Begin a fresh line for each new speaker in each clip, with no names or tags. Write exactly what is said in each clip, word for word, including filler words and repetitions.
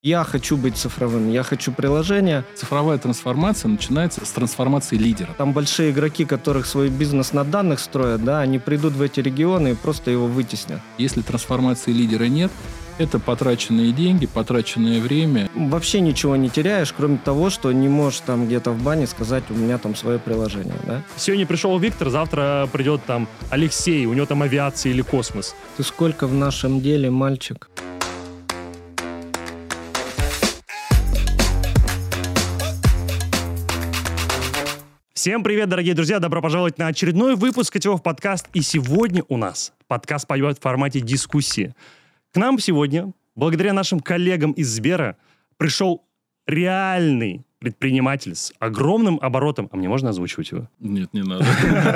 Я хочу быть цифровым, я хочу приложение.
Цифровая трансформация начинается с трансформации лидера.
Там большие игроки, которых свой бизнес на данных строят, да, они придут в эти регионы и просто его вытеснят.
Если трансформации лидера нет, это потраченные деньги, потраченное время.
Вообще ничего не теряешь, кроме того, что не можешь там где-то в бане сказать, у меня там свое приложение, да?
Сегодня пришел Виктор, завтра придет там Алексей, у него там авиация или космос.
Ты сколько в нашем деле, мальчик?
Всем привет, дорогие друзья! Добро пожаловать на очередной выпуск Котелов подкаст. И сегодня у нас подкаст пойдет в формате дискуссии. К нам сегодня, благодаря нашим коллегам из Сбера, пришел реальный предприниматель с огромным оборотом. А мне можно озвучивать его?
Нет, не надо.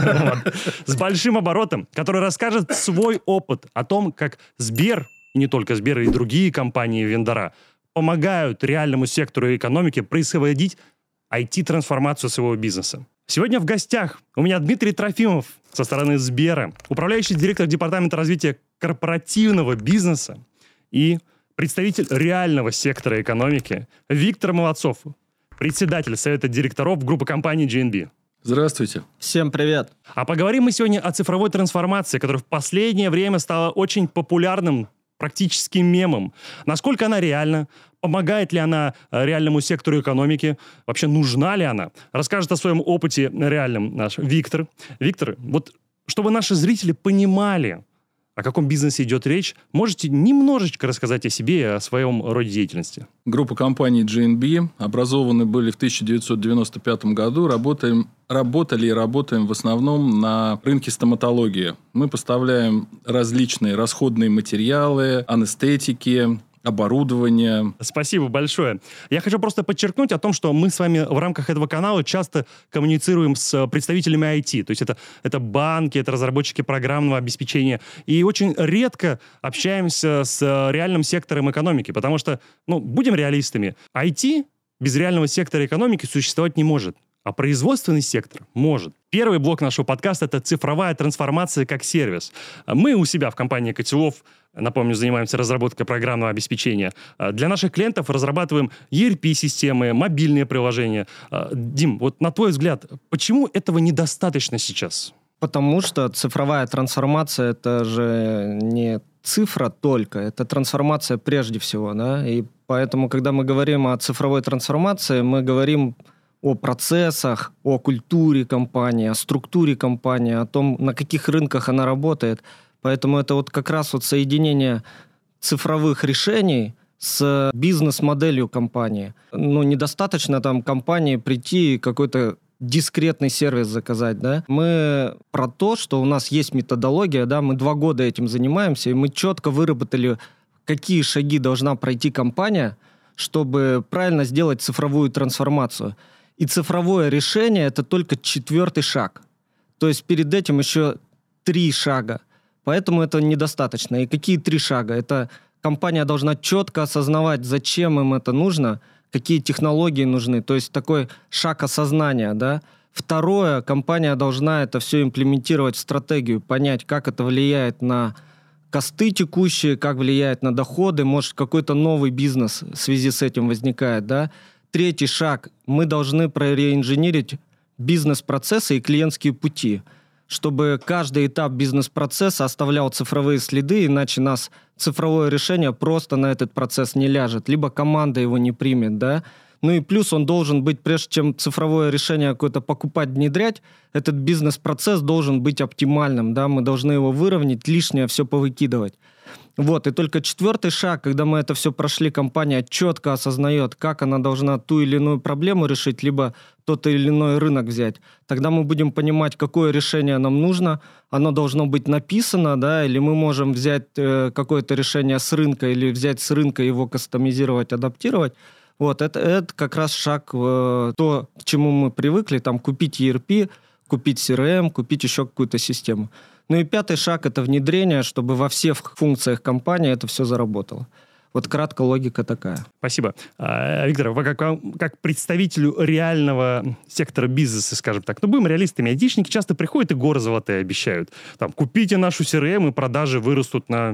С большим оборотом, который расскажет свой опыт о том, как Сбер, и не только Сбер, и другие компании-вендора, помогают реальному сектору экономики производить ай ти-трансформацию своего бизнеса. Сегодня в гостях у меня Дмитрий Трофимов со стороны Сбера, управляющий директор департамента развития корпоративного бизнеса и представитель реального сектора экономики Виктор Молодцов, председатель совета директоров группы компании джи эн би.
Здравствуйте.
Всем привет.
А поговорим мы сегодня о цифровой трансформации, которая в последнее время стала очень популярным практически мемом. Насколько она реальна? Помогает ли она реальному сектору экономики? Вообще, нужна ли она? Расскажет о своем опыте реальном наш Виктор. Виктор, вот чтобы наши зрители понимали, о каком бизнесе идет речь, можете немножечко рассказать о себе и о своем роде деятельности?
Группа компаний джи эн би образованы были в тысяча девятьсот девяносто пятом году. Работаем, работали и работаем в основном на рынке стоматологии. Мы поставляем различные расходные материалы, анестетики, оборудование.
Спасибо большое. Я хочу просто подчеркнуть о том, что мы с вами в рамках этого канала часто коммуницируем с представителями ай ти. То есть это, это банки, это разработчики программного обеспечения. И очень редко общаемся с реальным сектором экономики. Потому что, ну, будем реалистами, ай ти без реального сектора экономики существовать не может. А производственный сектор может. Первый блок нашего подкаста – это цифровая трансформация как сервис. Мы у себя в компании Котелов, напомню, занимаемся разработкой программного обеспечения. Для наших клиентов разрабатываем и эр пи-системы, мобильные приложения. Дим, вот на твой взгляд, почему этого недостаточно сейчас?
Потому что цифровая трансформация – это же не цифра только, это трансформация прежде всего, да? И поэтому, когда мы говорим о цифровой трансформации, мы говорим о процессах, о культуре компании, о структуре компании, о том, на каких рынках она работает. Поэтому это вот как раз вот соединение цифровых решений с бизнес-моделью компании. Ну, недостаточно там компании прийти и какой-то дискретный сервис заказать, да. Мы про то, что у нас есть методология, да, мы два года этим занимаемся, и мы четко выработали, какие шаги должна пройти компания, чтобы правильно сделать цифровую трансформацию. И цифровое решение – это только четвертый шаг. То есть перед этим еще три шага. Поэтому это недостаточно. И какие три шага? Это компания должна четко осознавать, зачем им это нужно, какие технологии нужны. То есть такой шаг осознания, да. Второе, компания должна это все имплементировать в стратегию, понять, как это влияет на косты текущие, как влияет на доходы, может, какой-то новый бизнес в связи с этим возникает, да. Третий шаг. Мы должны прореинженерить бизнес-процессы и клиентские пути, чтобы каждый этап бизнес-процесса оставлял цифровые следы, иначе нас цифровое решение просто на этот процесс не ляжет, либо команда его не примет, да. Ну и плюс он должен быть, прежде чем цифровое решение какое-то покупать, внедрять, этот бизнес-процесс должен быть оптимальным, да, мы должны его выровнять, лишнее все повыкидывать. Вот, и только четвертый шаг, когда мы это все прошли, компания четко осознает, как она должна ту или иную проблему решить, либо тот или иной рынок взять. Тогда мы будем понимать, какое решение нам нужно, оно должно быть написано, да, или мы можем взять э, какое-то решение с рынка, или взять с рынка его кастомизировать, адаптировать. Вот, это, это как раз шаг в то, к чему мы привыкли, там, купить и эр пи, купить си эр эм, купить еще какую-то систему. Ну и пятый шаг – это внедрение, чтобы во всех функциях компании это все заработало. Вот кратко логика такая.
Спасибо. А, Виктор, вы как, как представителю реального сектора бизнеса, скажем так, ну будем реалистами, айтишники часто приходят и горы золотые обещают. Там, купите нашу си эр эм, и продажи вырастут на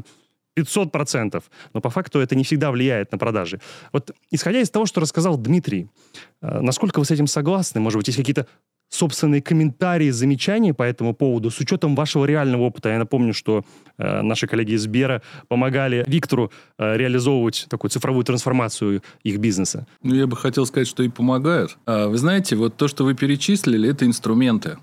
пятьсот процентов. Но по факту это не всегда влияет на продажи. Вот исходя из того, что рассказал Дмитрий, насколько вы с этим согласны? Может быть, есть какие-то собственные комментарии, замечания по этому поводу с учетом вашего реального опыта? Я напомню, что э, наши коллеги из Сбера помогали Виктору э, реализовывать такую цифровую трансформацию их бизнеса.
Ну, я бы хотел сказать, что и помогают. А, вы знаете, вот то, что вы перечислили, это инструменты.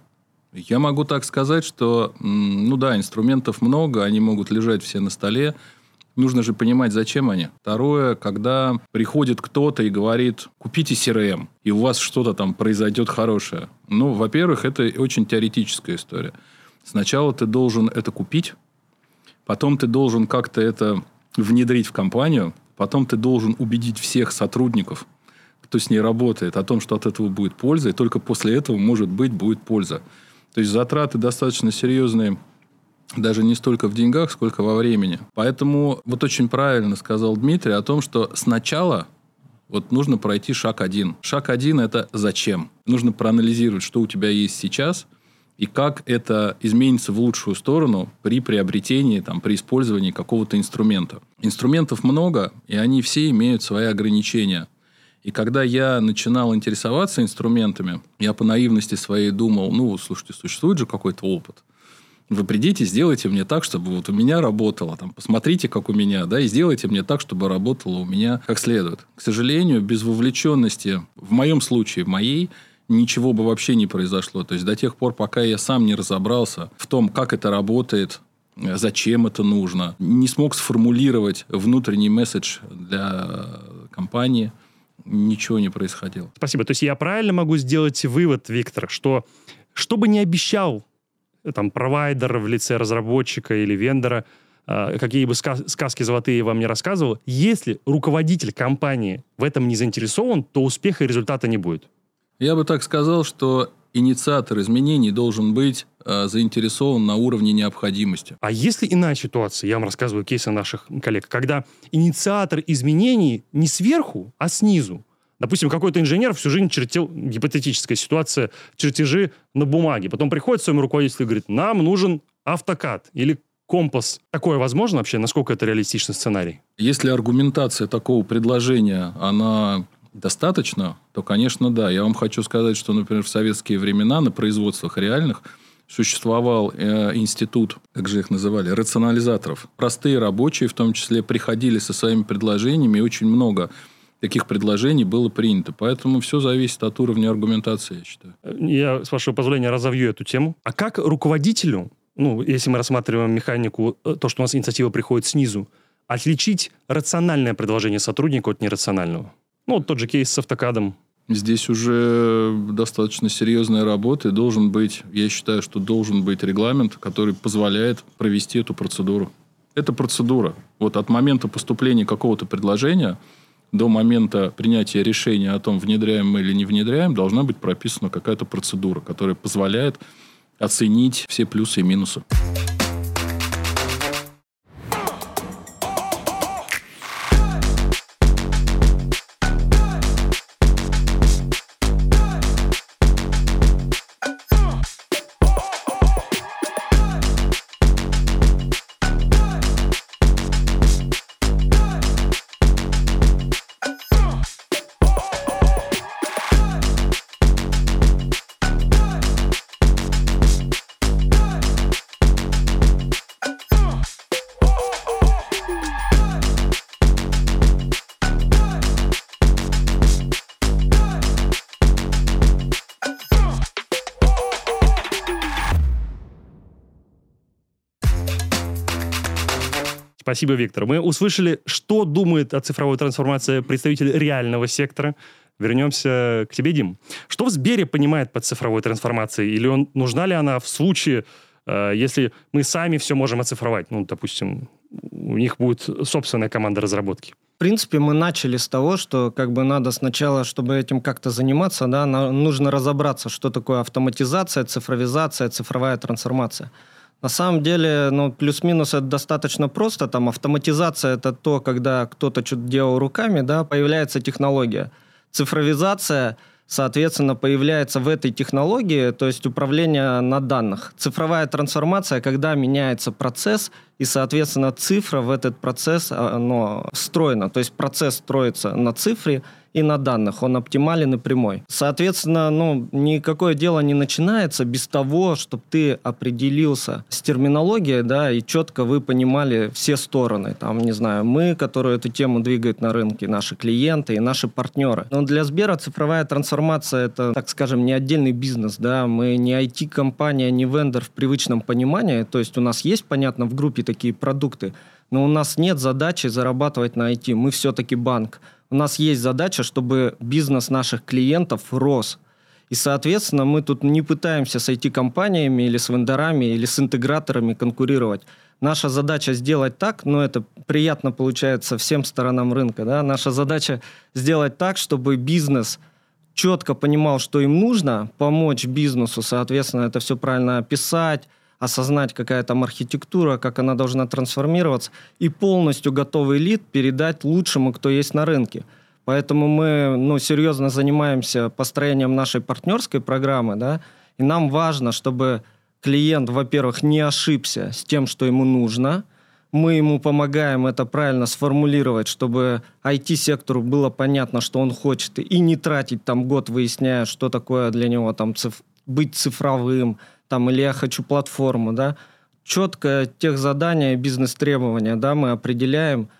Я могу так сказать, что, ну да, инструментов много, они могут лежать все на столе. Нужно же понимать, зачем они. Второе, когда приходит кто-то и говорит, купите си эр эм, и у вас что-то там произойдет хорошее. Ну, во-первых, это очень теоретическая история. Сначала ты должен это купить, потом ты должен как-то это внедрить в компанию, потом ты должен убедить всех сотрудников, кто с ней работает, о том, что от этого будет польза, и только после этого, может быть, будет польза. То есть, затраты достаточно серьезные, даже не столько в деньгах, сколько во времени. Поэтому вот очень правильно сказал Дмитрий о том, что сначала вот нужно пройти шаг один. Шаг один – это зачем? Нужно проанализировать, что у тебя есть сейчас, и как это изменится в лучшую сторону при приобретении, там, при использовании какого-то инструмента. Инструментов много, и они все имеют свои ограничения. И когда я начинал интересоваться инструментами, я по наивности своей думал, ну, слушайте, существует же какой-то опыт. Вы придите, сделайте мне так, чтобы вот у меня работало. Там, посмотрите, как у меня, да, и сделайте мне так, чтобы работало у меня как следует. К сожалению, без вовлеченности, в моем случае, в моей, ничего бы вообще не произошло. То есть, до тех пор, пока я сам не разобрался в том, как это работает, зачем это нужно, не смог сформулировать внутренний месседж для компании, ничего не происходило.
Спасибо. То есть, я правильно могу сделать вывод, Виктор, что что бы ни обещал там, провайдер в лице разработчика или вендора, э, какие бы сказ- сказки золотые вам не рассказывал, если руководитель компании в этом не заинтересован, то успеха и результата не будет?
Я бы так сказал, что инициатор изменений должен быть э, заинтересован на уровне необходимости.
А если иная ситуация, я вам рассказываю кейсы наших коллег, когда инициатор изменений не сверху, а снизу. Допустим, какой-то инженер всю жизнь чертил, гипотетическая ситуация, чертежи на бумаге. Потом приходит к своему руководителю и говорит, нам нужен автокад или компас. Такое возможно вообще? Насколько это реалистичный сценарий?
Если аргументация такого предложения, она достаточна, то, конечно, да. Я вам хочу сказать, что, например, в советские времена на производствах реальных существовал э, институт, как же их называли, рационализаторов. Простые рабочие, в том числе, приходили со своими предложениями, и очень много таких предложений было принято. Поэтому все зависит от уровня аргументации, я считаю.
Я, с вашего позволения, разовью эту тему. А как руководителю, ну, если мы рассматриваем механику, то, что у нас инициатива приходит снизу, отличить рациональное предложение сотрудника от нерационального? Ну, вот тот же кейс с автокадом.
Здесь уже достаточно серьезная работа, и должен быть, я считаю, что должен быть регламент, который позволяет провести эту процедуру. Это процедура. Вот от момента поступления какого-то предложения до момента принятия решения о том, внедряем мы или не внедряем, должна быть прописана какая-то процедура, которая позволяет оценить все плюсы и минусы.
Спасибо, Виктор. Мы услышали, что думает о цифровой трансформации представитель реального сектора. Вернемся к тебе, Дим. Что в Сбере понимает под цифровой трансформацией? Или он, нужна ли она в случае, э, если мы сами все можем оцифровать? Ну, допустим, у них будет собственная команда разработки.
В принципе, мы начали с того, что как бы надо сначала, чтобы этим как-то заниматься, да, нужно разобраться, что такое автоматизация, цифровизация, цифровая трансформация. На самом деле, ну, плюс-минус это достаточно просто. Там автоматизация – это то, когда кто-то что-то делал руками, да, появляется технология. Цифровизация, соответственно, появляется в этой технологии, то есть управление на данных. Цифровая трансформация, когда меняется процесс И, соответственно, цифра в этот процесс, оно встроена. То есть процесс строится на цифре и на данных. Он оптимален и прямой. Соответственно, ну, никакое дело не начинается без того, чтобы ты определился с терминологией, да, и четко вы понимали все стороны. Там, не знаю, мы, которые эту тему двигают на рынке, наши клиенты и наши партнеры. Но для Сбера цифровая трансформация – это, так скажем, не отдельный бизнес, да. Мы не ай ти-компания, не вендор в привычном понимании. То есть у нас есть, понятно, в группе такие продукты, но у нас нет задачи зарабатывать на ай ти. Мы все-таки банк. У нас есть задача, чтобы бизнес наших клиентов рос. И, соответственно, мы тут не пытаемся с ай ти-компаниями или с вендорами, или с интеграторами конкурировать. Наша задача сделать так, но это приятно получается всем сторонам рынка, да? Наша задача сделать так, чтобы бизнес четко понимал, что им нужно, помочь бизнесу, соответственно, это все правильно описать, осознать, какая там архитектура, как она должна трансформироваться, и полностью готовый лид передать лучшему, кто есть на рынке. Поэтому мы, ну, серьезно занимаемся построением нашей партнерской программы, да, и нам важно, чтобы клиент, во-первых, не ошибся с тем, что ему нужно. Мы ему помогаем это правильно сформулировать, чтобы ай ти-сектору было понятно, что он хочет, и не тратить там год, выясняя, что такое для него там циф- быть цифровым, там, или я хочу платформу, да, четко тех задания, бизнес-требования, да, мы определяем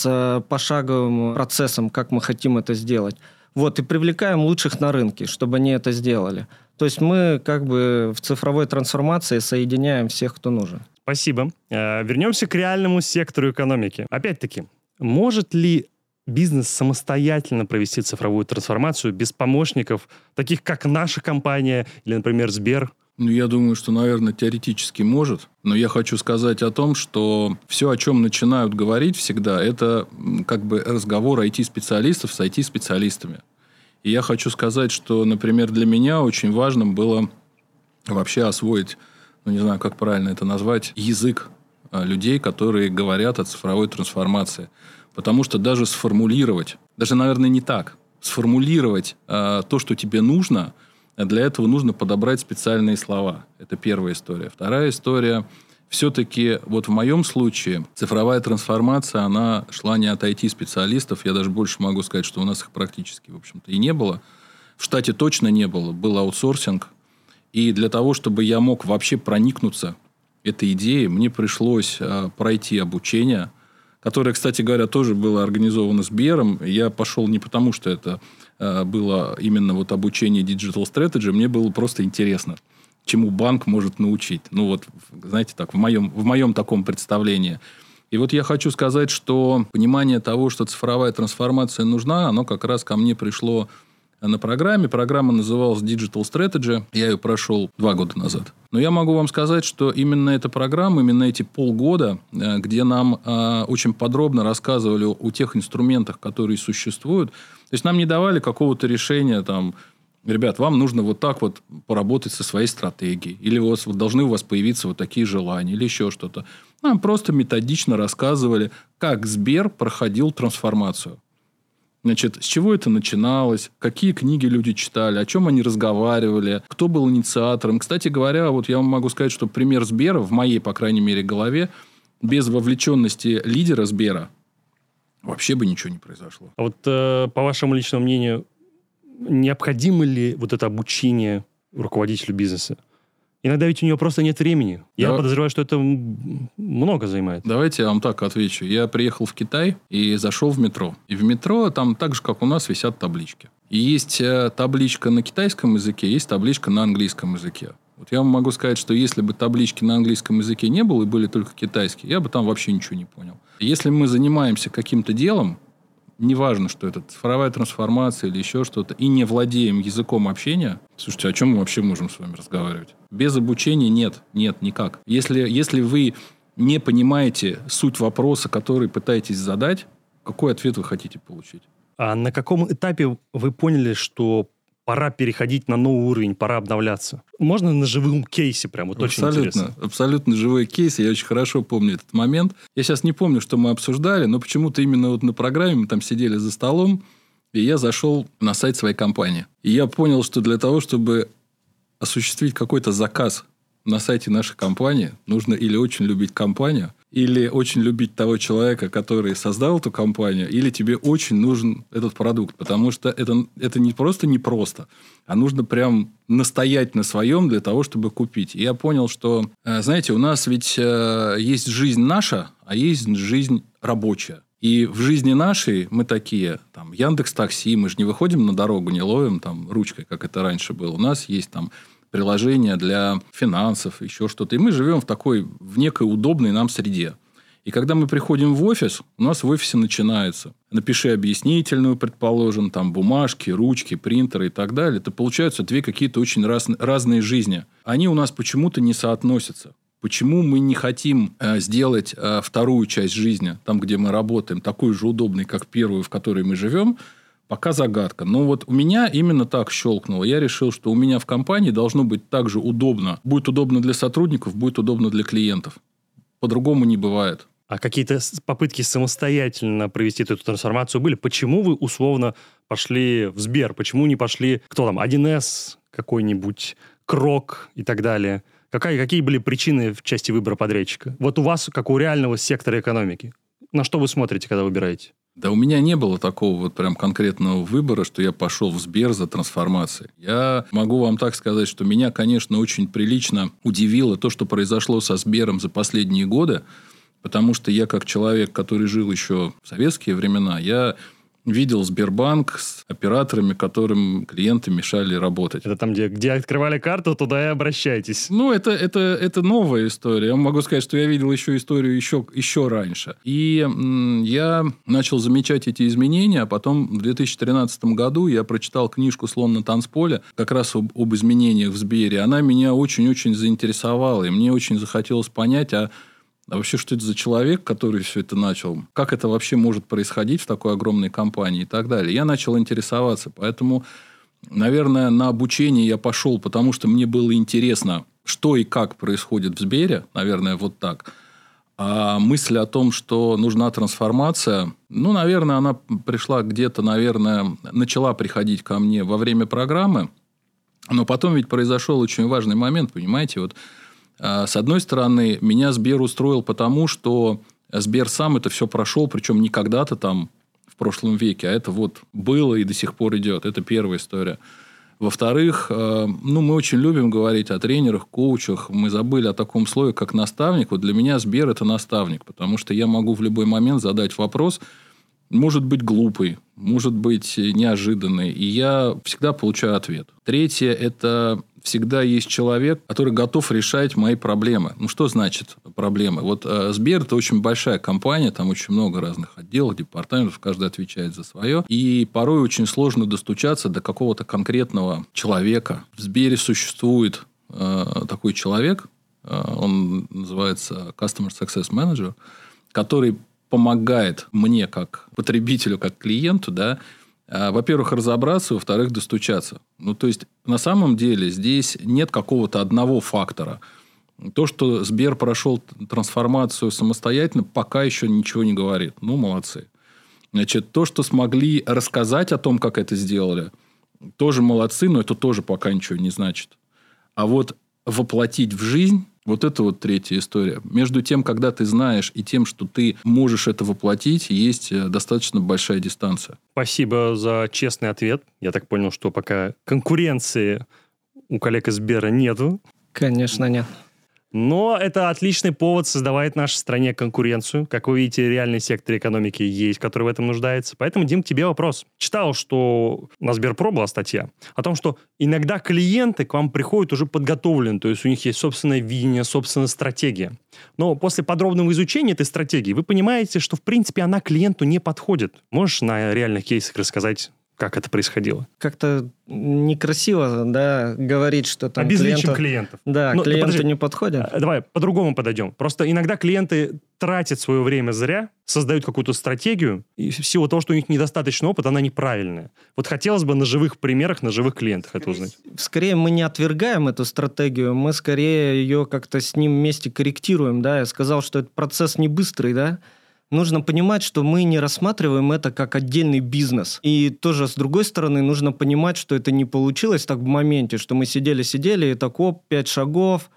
с пошаговым процессом, как мы хотим это сделать. Вот, и привлекаем лучших на рынке, чтобы они это сделали. То есть мы как бы в цифровой трансформации соединяем всех, кто нужен.
Спасибо. Вернемся к реальному сектору экономики. Опять-таки, может ли бизнес самостоятельно провести цифровую трансформацию без помощников, таких как наша компания или, например, Сбер?
Ну, я думаю, что, наверное, теоретически может. Но я хочу сказать о том, что все, о чем начинают говорить всегда, это как бы разговор ай ти-специалистов с ай ти-специалистами. И я хочу сказать, что, например, для меня очень важным было вообще освоить, ну, не знаю, как правильно это назвать, язык людей, которые говорят о цифровой трансформации. Потому что даже сформулировать, даже, наверное, не так, сформулировать э, то, что тебе нужно, для этого нужно подобрать специальные слова. Это первая история. Вторая история. Все-таки вот в моем случае цифровая трансформация, она шла не от ай ти-специалистов. Я даже больше могу сказать, что у нас их практически, в общем-то, и не было. В штате точно не было. Был аутсорсинг. И для того, чтобы я мог вообще проникнуться этой идеей, мне пришлось а, пройти обучение, которое, кстати говоря, тоже было организовано Сбером. Я пошел не потому, что это а, было именно вот обучение Digital Strategy. Мне было просто интересно, чему банк может научить. Ну, вот, знаете, так, в моем, в моем таком представлении. И вот я хочу сказать, что понимание того, что цифровая трансформация нужна, оно как раз ко мне пришло на программе. Программа называлась Digital Strategy. Я ее прошел два года назад. Но я могу вам сказать, что именно эта программа, именно эти полгода, где нам э, очень подробно рассказывали о тех инструментах, которые существуют. То есть, нам не давали какого-то решения, там, ребят, вам нужно вот так вот поработать со своей стратегией. Или у вас, вот, должны у вас появиться вот такие желания. Или еще что-то. Нам просто методично рассказывали, как Сбер проходил трансформацию. Значит, с чего это начиналось, какие книги люди читали, о чем они разговаривали, кто был инициатором. Кстати говоря, вот я вам могу сказать, что пример Сбера, в моей, по крайней мере, голове, без вовлеченности лидера Сбера вообще бы ничего не произошло.
А вот э, по вашему личному мнению, необходимо ли вот это обучение руководителю бизнеса? Иногда ведь у него просто нет времени. Я да. подозреваю, что это много занимает.
Давайте я вам так отвечу. Я приехал в Китай и зашел в метро. И в метро там так же, как у нас, висят таблички. И есть табличка на китайском языке, есть табличка на английском языке. Вот я вам могу сказать, что если бы таблички на английском языке не было и были только китайские, я бы там вообще ничего не понял. Если мы занимаемся каким-то делом, неважно, что это цифровая трансформация или еще что-то, и не владеем языком общения, слушайте, о чем мы вообще можем с вами разговаривать? Без обучения нет, нет, никак. Если, если вы не понимаете суть вопроса, который пытаетесь задать, какой ответ вы хотите получить?
А на каком этапе вы поняли, что пора переходить на новый уровень, пора обновляться? Можно на живом кейсе прям? Вот очень
абсолютно,
интересно.
Абсолютно живой кейс. Я очень хорошо помню этот момент. Я сейчас не помню, что мы обсуждали, но почему-то именно вот на программе мы там сидели за столом, и я зашел на сайт своей компании. И я понял, что для того, чтобы осуществить какой-то заказ на сайте нашей компании, нужно или очень любить компанию, или очень любить того человека, который создал эту компанию, или тебе очень нужен этот продукт. Потому что это, это не просто непросто, а нужно прям настоять на своем для того, чтобы купить. И я понял, что, знаете, у нас ведь есть жизнь наша, а есть жизнь рабочая. И в жизни нашей мы такие, там, Яндекс.Такси, мы же не выходим на дорогу, не ловим там ручкой, как это раньше было. У нас есть там приложения для финансов, еще что-то. И мы живем в такой, в некой удобной нам среде. И когда мы приходим в офис, у нас в офисе начинается. Напиши объяснительную, предположим, там бумажки, ручки, принтеры и так далее. Это получаются две какие-то очень раз, разные жизни. Они у нас почему-то не соотносятся. Почему мы не хотим э, сделать э, вторую часть жизни, там, где мы работаем, такой же удобной, как первую, в которой мы живем, пока загадка. Но вот у меня именно так щелкнуло. Я решил, что у меня в компании должно быть так же удобно. Будет удобно для сотрудников, будет удобно для клиентов. По-другому не бывает.
А какие-то попытки самостоятельно провести эту трансформацию были? Почему вы условно пошли в Сбер? Почему не пошли, кто там, один эс какой-нибудь, Крок и так далее? Какая, какие были причины в части выбора подрядчика? Вот у вас, как у реального сектора экономики. На что вы смотрите, когда выбираете?
Да у меня не было такого вот прям конкретного выбора, что я пошел в Сбер за трансформацией. Я могу вам так сказать, что меня, конечно, очень прилично удивило то, что произошло со Сбером за последние годы, потому что я, как человек, который жил еще в советские времена, я видел Сбербанк с операторами, которым клиенты мешали работать.
Это там, где, где открывали карту, туда и обращайтесь.
Ну, это, это, это новая история. Я могу сказать, что я видел еще историю еще, еще раньше. И м, я начал замечать эти изменения, а потом в две тысячи тринадцатом году я прочитал книжку «Слон на танцполе», как раз об, об изменениях в Сбере. Она меня очень-очень заинтересовала, и мне очень захотелось понять, а А вообще, что это за человек, который все это начал? Как это вообще может происходить в такой огромной компании и так далее? Я начал интересоваться. Поэтому, наверное, на обучение я пошел, потому что мне было интересно, что и как происходит в Сбере. Наверное, вот так. А мысль о том, что нужна трансформация, ну, наверное, она пришла где-то, наверное, начала приходить ко мне во время программы. Но потом ведь произошел очень важный момент, понимаете, вот. С одной стороны, меня Сбер устроил потому, что Сбер сам это все прошел, причем не когда-то там в прошлом веке, а это вот было и до сих пор идет. Это первая история. Во-вторых, ну, мы очень любим говорить о тренерах, коучах. Мы забыли о таком слое, как наставник. Вот для меня Сбер – это наставник, потому что я могу в любой момент задать вопрос, может быть глупый, может быть неожиданный, и я всегда получаю ответ. Третье – это всегда есть человек, который готов решать мои проблемы. Ну, что значит проблемы? Вот э, Сбер – это очень большая компания, там очень много разных отделов, департаментов, каждый отвечает за свое. И порой очень сложно достучаться до какого-то конкретного человека. В Сбере существует э, такой человек, э, он называется Customer Success Manager, который помогает мне, как потребителю, как клиенту, да, во-первых, разобраться, во-вторых, достучаться. Ну, то есть, на самом деле, здесь нет какого-то одного фактора. То, что Сбер прошел трансформацию самостоятельно, пока еще ничего не говорит. Ну, молодцы. Значит, то, что смогли рассказать о том, как это сделали, тоже молодцы, но это тоже пока ничего не значит. А вот воплотить в жизнь, вот это вот третья история. Между тем, когда ты знаешь, и тем, что ты можешь это воплотить, есть достаточно большая дистанция.
Спасибо за честный ответ. Я так понял, что пока конкуренции у коллег из Сбера нету.
Конечно, нет.
Но это отличный повод создавать в нашей стране конкуренцию. Как вы видите, реальный сектор экономики есть, который в этом нуждается. Поэтому, Дим, к тебе вопрос. Читал, что на Сберпро была статья о том, что иногда клиенты к вам приходят уже подготовлены, то есть у них есть собственное видение, собственная стратегия. Но после подробного изучения этой стратегии вы понимаете, что в принципе она клиенту не подходит. Можешь на реальных кейсах рассказать, как это происходило?
Как-то некрасиво, да, говорить, что там
обезличим
клиентов...
клиентов.
Да,
Но,
клиенту
подожди,
не подходит.
Давай по-другому подойдем. Просто иногда клиенты тратят свое время зря, создают какую-то стратегию, и в силу того, что у них недостаточно опыта, она неправильная. Вот хотелось бы на живых примерах, на живых клиентах это узнать.
Скорее мы не отвергаем эту стратегию, мы скорее ее как-то с ним вместе корректируем, да. Я сказал, что этот процесс не быстрый, да. Нужно понимать, что мы не рассматриваем это как отдельный бизнес. И тоже, с другой стороны, нужно понимать, что это не получилось так в моменте, что мы сидели-сидели, и так, оп, пять шагов,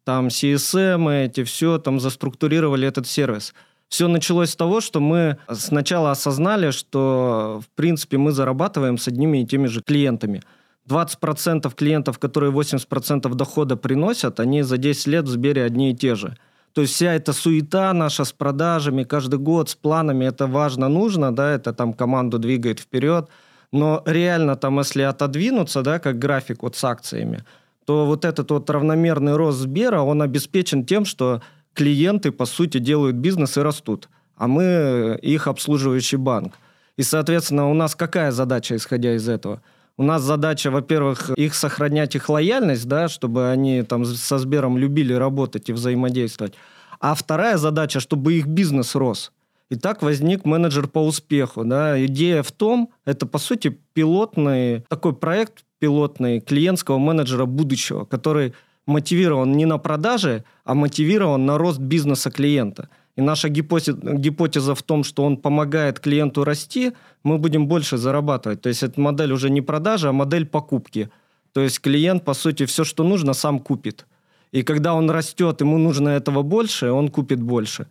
там си эс эм эти, все там заструктурировали этот сервис. Все началось с того, что мы сначала осознали, что, в принципе, мы зарабатываем с одними и теми же клиентами. двадцать процентов клиентов, которые восемьдесят процентов дохода приносят, они за десять лет в Сбере одни и те же. То есть вся эта суета наша с продажами, каждый год с планами, это важно, нужно, да, это там команду двигает вперед. Но реально там, если отодвинуться, да, как график вот с акциями, то вот этот вот равномерный рост Сбера, он обеспечен тем, что клиенты, по сути, делают бизнес и растут, а мы их обслуживающий банк. И, соответственно, у нас какая задача, исходя из этого? У нас задача, во-первых, их сохранять, их лояльность, да, чтобы они там со Сбером любили работать и взаимодействовать. А вторая задача, чтобы их бизнес рос. И так возник менеджер по успеху. Да. Идея в том, это, по сути, пилотный, такой проект пилотный клиентского менеджера будущего, который мотивирован не на продаже, а мотивирован на рост бизнеса клиента. И наша гипотеза, гипотеза в том, что он помогает клиенту расти, мы будем больше зарабатывать. То есть это модель уже не продажи, а модель покупки. То есть клиент, по сути, все, что нужно, сам купит. И когда он растет, ему нужно этого больше, он купит больше.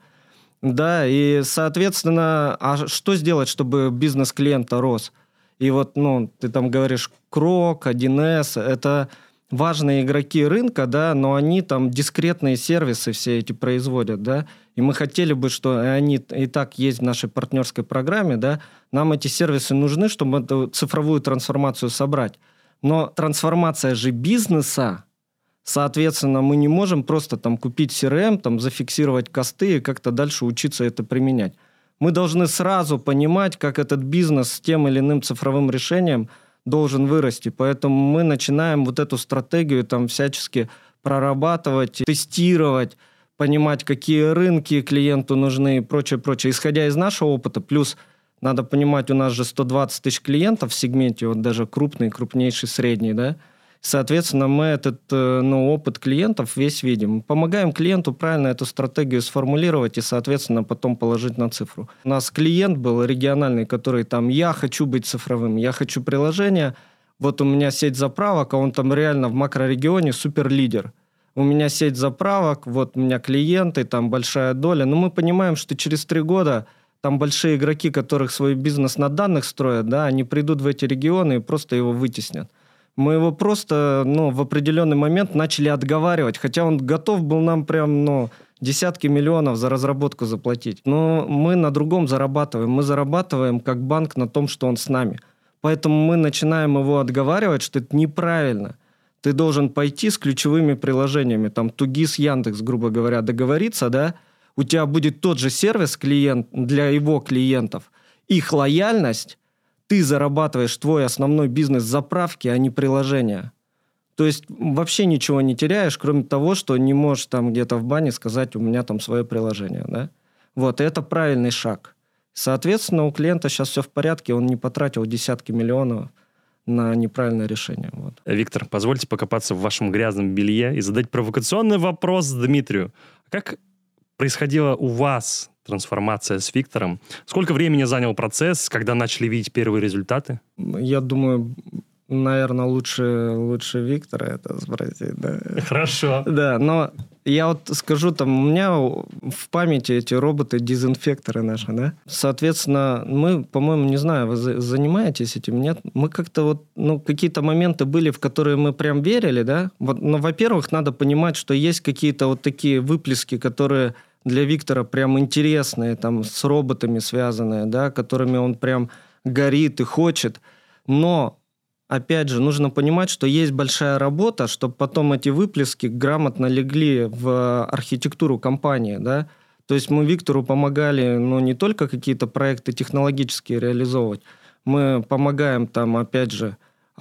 Да, и, соответственно, а что сделать, чтобы бизнес клиента рос? И вот, ну, ты там говоришь, Крок, один эс, это важные игроки рынка, да, но они там дискретные сервисы все эти производят, да, и мы хотели бы, что они и так есть в нашей партнерской программе, да, нам эти сервисы нужны, чтобы эту цифровую трансформацию собрать. Но трансформация же бизнеса, соответственно, мы не можем просто там купить си эр эм, там зафиксировать косты и как-то дальше учиться это применять. Мы должны сразу понимать, как этот бизнес с тем или иным цифровым решением должен вырасти. Поэтому мы начинаем вот эту стратегию там всячески прорабатывать, тестировать, понимать, какие рынки клиенту нужны и прочее, прочее. Исходя из нашего опыта, плюс надо понимать, у нас же сто двадцать тысяч клиентов в сегменте, вот даже крупный, крупнейший, средний, да. Соответственно, мы этот ну, опыт клиентов весь видим. Помогаем клиенту правильно эту стратегию сформулировать и, соответственно, потом положить на цифру. У нас клиент был региональный, который там, я хочу быть цифровым, я хочу приложение, вот у меня сеть заправок, а он там реально в макрорегионе суперлидер. У меня сеть заправок, вот у меня клиенты, там большая доля. Но мы понимаем, что через три года там большие игроки, которых свой бизнес на данных строят, да, они придут в эти регионы и просто его вытеснят. Мы его просто, ну, в определенный момент начали отговаривать, хотя он готов был нам прям, ну, десятки миллионов за разработку заплатить. Но мы на другом зарабатываем. Мы зарабатываем как банк на том, что он с нами. Поэтому мы начинаем его отговаривать, что это неправильно. Ты должен пойти с ключевыми приложениями, там, Тугис, Яндекс, грубо говоря, договориться, да? У тебя будет тот же сервис клиент для его клиентов. Их лояльность, ты зарабатываешь твой основной бизнес заправки, а не приложения. То есть вообще ничего не теряешь, кроме того, что не можешь там где-то в бане сказать, у меня там свое приложение. Да? Вот, и это правильный шаг. Соответственно, у клиента сейчас все в порядке, он не потратил десятки миллионов на неправильное решение. Вот.
Виктор, позвольте покопаться в вашем грязном белье и задать провокационный вопрос Дмитрию. Как происходила у вас трансформация с Виктором? Сколько времени занял процесс, когда начали видеть первые результаты?
Я думаю, наверное, лучше, лучше Виктора это спросить. Да.
Хорошо.
Да, но я вот скажу, там, у меня в памяти эти роботы-дезинфекторы наши, да? Соответственно, мы, по-моему, не знаю, вы занимаетесь этим, нет? Мы как-то вот, ну, какие-то моменты были, в которые мы прям верили, да? Вот, но, во-первых, надо понимать, что есть какие-то вот такие выплески, которые для Виктора прям интересные, там, с роботами связанные, да, которыми он прям горит и хочет. Но, опять же, нужно понимать, что есть большая работа, чтобы потом эти выплески грамотно легли в архитектуру компании, да. То есть мы Виктору помогали, ну, не только какие-то проекты технологические реализовывать, мы помогаем там, опять же,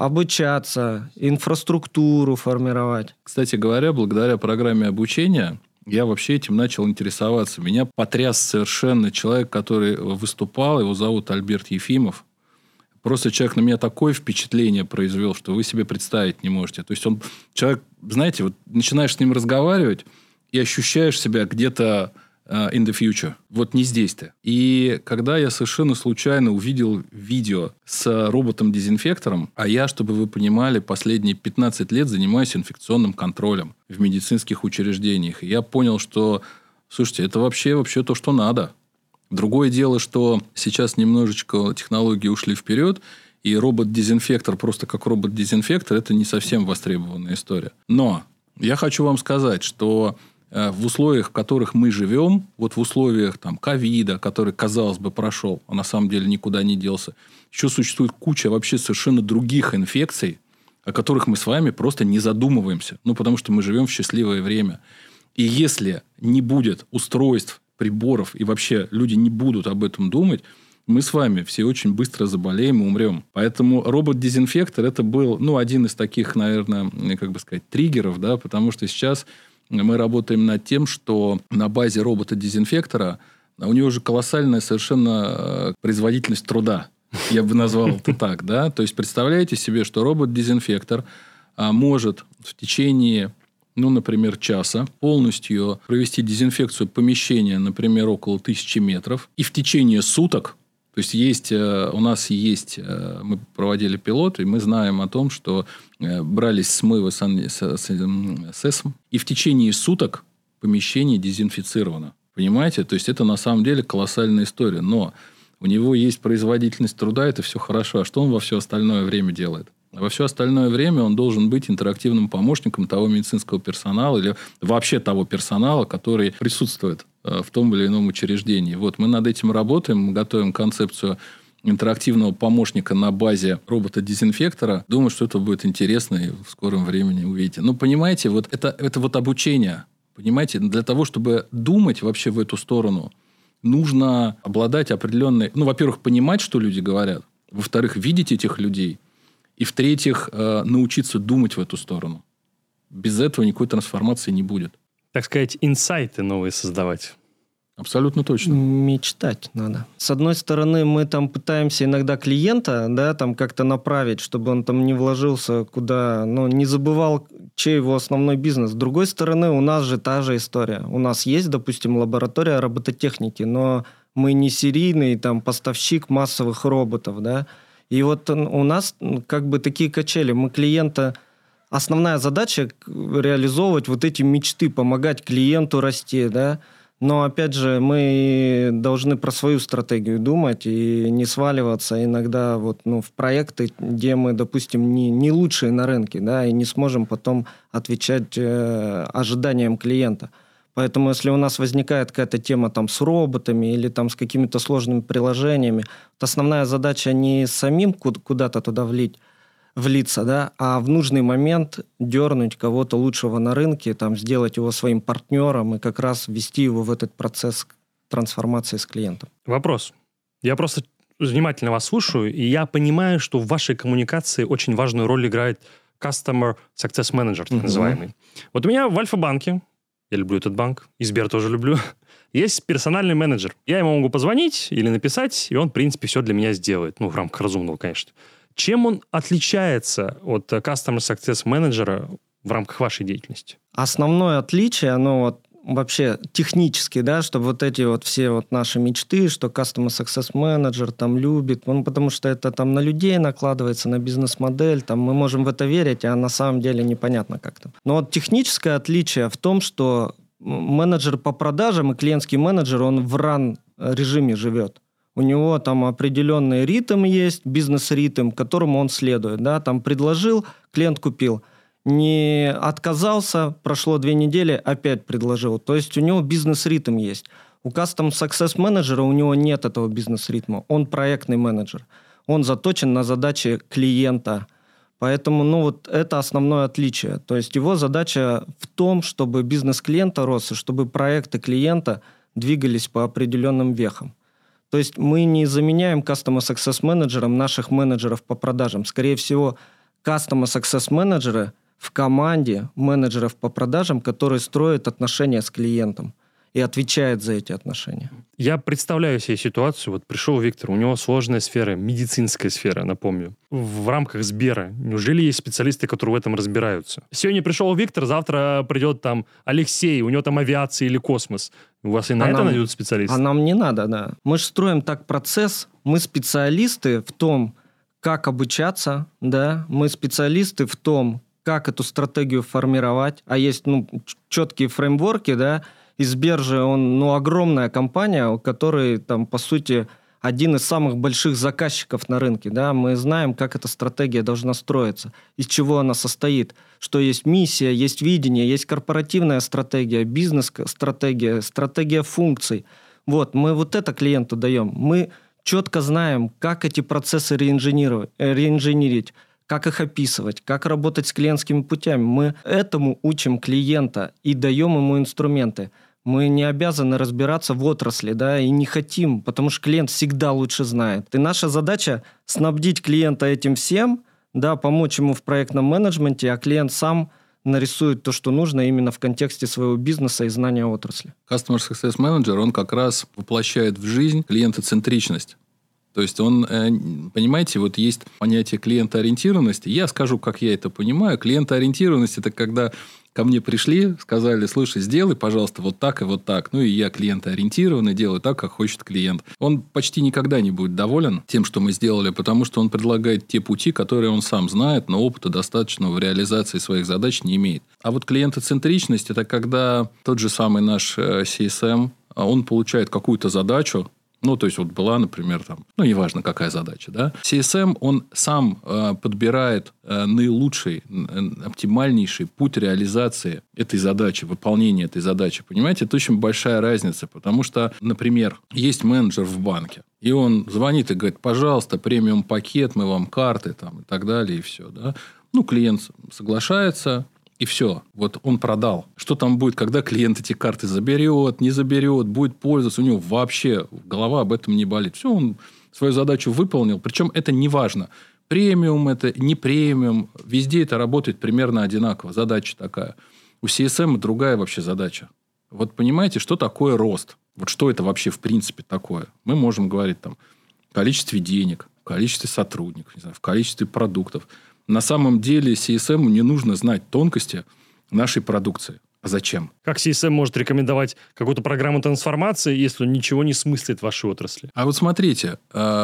обучаться, инфраструктуру формировать.
Кстати говоря, благодаря программе обучения я вообще этим начал интересоваться. Меня потряс совершенно человек, который выступал, его зовут Альберт Ефимов. Просто человек на меня такое впечатление произвел, что вы себе представить не можете. То есть он человек, знаете, вот начинаешь с ним разговаривать и ощущаешь себя где-то uh, in the future. Вот не здесь-то. И когда я совершенно случайно увидел видео с роботом-дезинфектором, а я, чтобы вы понимали, последние пятнадцать лет занимаюсь инфекционным контролем в медицинских учреждениях. И я понял, что, слушайте, это вообще, вообще то, что надо. Другое дело, что сейчас немножечко технологии ушли вперед, и робот-дезинфектор просто как робот-дезинфектор – это не совсем востребованная история. Но я хочу вам сказать, что в условиях, в которых мы живем, вот в условиях там, ковида, который, казалось бы, прошел, а на самом деле никуда не делся, еще существует куча вообще совершенно других инфекций, о которых мы с вами просто не задумываемся. Ну, потому что мы живем в счастливое время. И если не будет устройств, приборов, и вообще люди не будут об этом думать, мы с вами все очень быстро заболеем и умрем. Поэтому робот-дезинфектор это был, ну, один из таких, наверное, как бы сказать, триггеров, да, потому что сейчас мы работаем над тем, что на базе робота-дезинфектора у него же колоссальная совершенно производительность труда. Я бы назвал это так, да. То есть, представляете себе, что робот-дезинфектор может в течение, ну, например, часа полностью провести дезинфекцию помещения, например, около тысячи метров, и в течение суток. То есть, есть, у нас есть, мы проводили пилот, и мы знаем о том, что брались смывы с СЭСом, и в течение суток помещение дезинфицировано. Понимаете? То есть, это на самом деле колоссальная история. Но у него есть производительность труда, это все хорошо. А что он во все остальное время делает? Во все остальное время он должен быть интерактивным помощником того медицинского персонала или вообще того персонала, который присутствует в том или ином учреждении. Вот мы над этим работаем, мы готовим концепцию интерактивного помощника на базе робота-дезинфектора. Думаю, что это будет интересно и в скором времени увидите. Ну, понимаете, вот это, это вот обучение. Понимаете, для того, чтобы думать вообще в эту сторону, нужно обладать определенной... Ну, во-первых, понимать, что люди говорят. Во-вторых, видеть этих людей. И, в-третьих, научиться думать в эту сторону. Без этого никакой трансформации не будет.
Так сказать, инсайты новые создавать.
Абсолютно точно.
Мечтать надо. С одной стороны, мы там пытаемся иногда клиента, да, там как-то направить, чтобы он там не вложился куда, ну, не забывал, чей его основной бизнес. С другой стороны, у нас же та же история. У нас есть, допустим, лаборатория робототехники, но мы не серийный там поставщик массовых роботов, да. И вот у нас как бы такие качели. Мы клиента... Основная задача реализовывать вот эти мечты, помогать клиенту расти, да. Но, опять же, мы должны про свою стратегию думать и не сваливаться иногда вот, ну, в проекты, где мы, допустим, не, не лучшие на рынке, да, и не сможем потом отвечать э, ожиданиям клиента. Поэтому, если у нас возникает какая-то тема там, с роботами или там, с какими-то сложными приложениями, то основная задача не самим куда-то туда влить, влиться, да, а в нужный момент дернуть кого-то лучшего на рынке, там, сделать его своим партнером и как раз ввести его в этот процесс трансформации с клиентом.
Вопрос. Я просто внимательно вас слушаю, и я понимаю, что в вашей коммуникации очень важную роль играет Customer Success Manager, так uh-huh. называемый. Вот у меня в Альфа-банке, я люблю этот банк, и Сбер тоже люблю, есть персональный менеджер. Я ему могу позвонить или написать, и он, в принципе, все для меня сделает. Ну, в рамках разумного, конечно. Чем он отличается от Customer Success Manager в рамках вашей деятельности?
Основное отличие, оно вот вообще технически, да, чтобы вот эти вот все вот наши мечты, что Customer Success Manager там любит, ну, потому что это там на людей накладывается, на бизнес-модель, там мы можем в это верить, а на самом деле непонятно как там. Но вот техническое отличие в том, что менеджер по продажам и клиентский менеджер, он в ран-режиме живет. У него там определенный ритм есть, бизнес-ритм, которому он следует. Да? Там предложил, клиент купил. Не отказался, прошло две недели, опять предложил. То есть у него бизнес-ритм есть. У Custom Success менеджера у него нет этого бизнес-ритма. Он проектный менеджер. Он заточен на задачи клиента. Поэтому ну, вот это основное отличие. То есть его задача в том, чтобы бизнес клиента рос, и чтобы проекты клиента двигались по определенным вехам. То есть мы не заменяем Customer Success менеджером наших менеджеров по продажам. Скорее всего, Customer Success менеджеры в команде менеджеров по продажам, которые строят отношения с клиентом. и отвечает за эти отношения.
Я представляю себе ситуацию. Вот пришел Виктор, у него сложная сфера, медицинская сфера, напомню. В рамках Сбера. Неужели есть специалисты, которые в этом разбираются? Сегодня пришел Виктор, завтра придет там Алексей, у него там авиация или космос. У вас и на а это нам, найдут специалисты?
А нам не надо, да. Мы же строим так процесс. Мы специалисты в том, как обучаться, да. Мы специалисты в том, как эту стратегию формировать. А есть ну, четкие фреймворки, да. И Сбер же, он, ну, огромная компания, у которой, там, по сути, один из самых больших заказчиков на рынке, да, мы знаем, как эта стратегия должна строиться, из чего она состоит, что есть миссия, есть видение, есть корпоративная стратегия, бизнес-стратегия, стратегия функций. Вот, мы вот это клиенту даем. Мы четко знаем, как эти процессы реинженерировать, реинженерить, как их описывать, как работать с клиентскими путями. Мы этому учим клиента и даем ему инструменты. Мы не обязаны разбираться в отрасли, да, и не хотим, потому что клиент всегда лучше знает. И наша задача снабдить клиента этим всем, да, помочь ему в проектном менеджменте, а клиент сам нарисует то, что нужно именно в контексте своего бизнеса и знания отрасли.
Customer Success Manager, он как раз воплощает в жизнь клиентоцентричность. То есть он, понимаете, вот есть понятие клиентоориентированности. Я скажу, как я это понимаю. Клиентоориентированность – это когда ко мне пришли, сказали, слушай, сделай, пожалуйста, вот так и вот так. Ну, и я клиентоориентированный, делаю так, как хочет клиент. Он почти никогда не будет доволен тем, что мы сделали, потому что он предлагает те пути, которые он сам знает, но опыта достаточного в реализации своих задач не имеет. А вот клиентоцентричность – это когда тот же самый наш си эс эм, он получает какую-то задачу. Ну, то есть, вот была, например, там, ну, неважно, какая задача, да. си эс эм, он сам э, подбирает э, наилучший, э, оптимальнейший путь реализации этой задачи, выполнения этой задачи. Понимаете, это очень большая разница, потому что, например, есть менеджер в банке, и он звонит и говорит, пожалуйста, премиум-пакет, мы вам карты, там, и так далее, и все, да. Ну, клиент соглашается, и все. Вот он продал. Что там будет, когда клиент эти карты заберет, не заберет, будет пользоваться, у него вообще голова об этом не болит. Все, он свою задачу выполнил. Причем это не важно. Премиум это, не премиум. Везде это работает примерно одинаково. Задача такая. У си эс эм другая вообще задача. Вот понимаете, что такое рост? Вот что это вообще в принципе такое? Мы можем говорить там в количестве денег, в количестве сотрудников, не знаю, в количестве продуктов. На самом деле си эс эм не нужно знать тонкости нашей продукции. А зачем?
Как си эс эм может рекомендовать какую-то программу трансформации, если он ничего не смыслит в вашей отрасли?
А вот смотрите,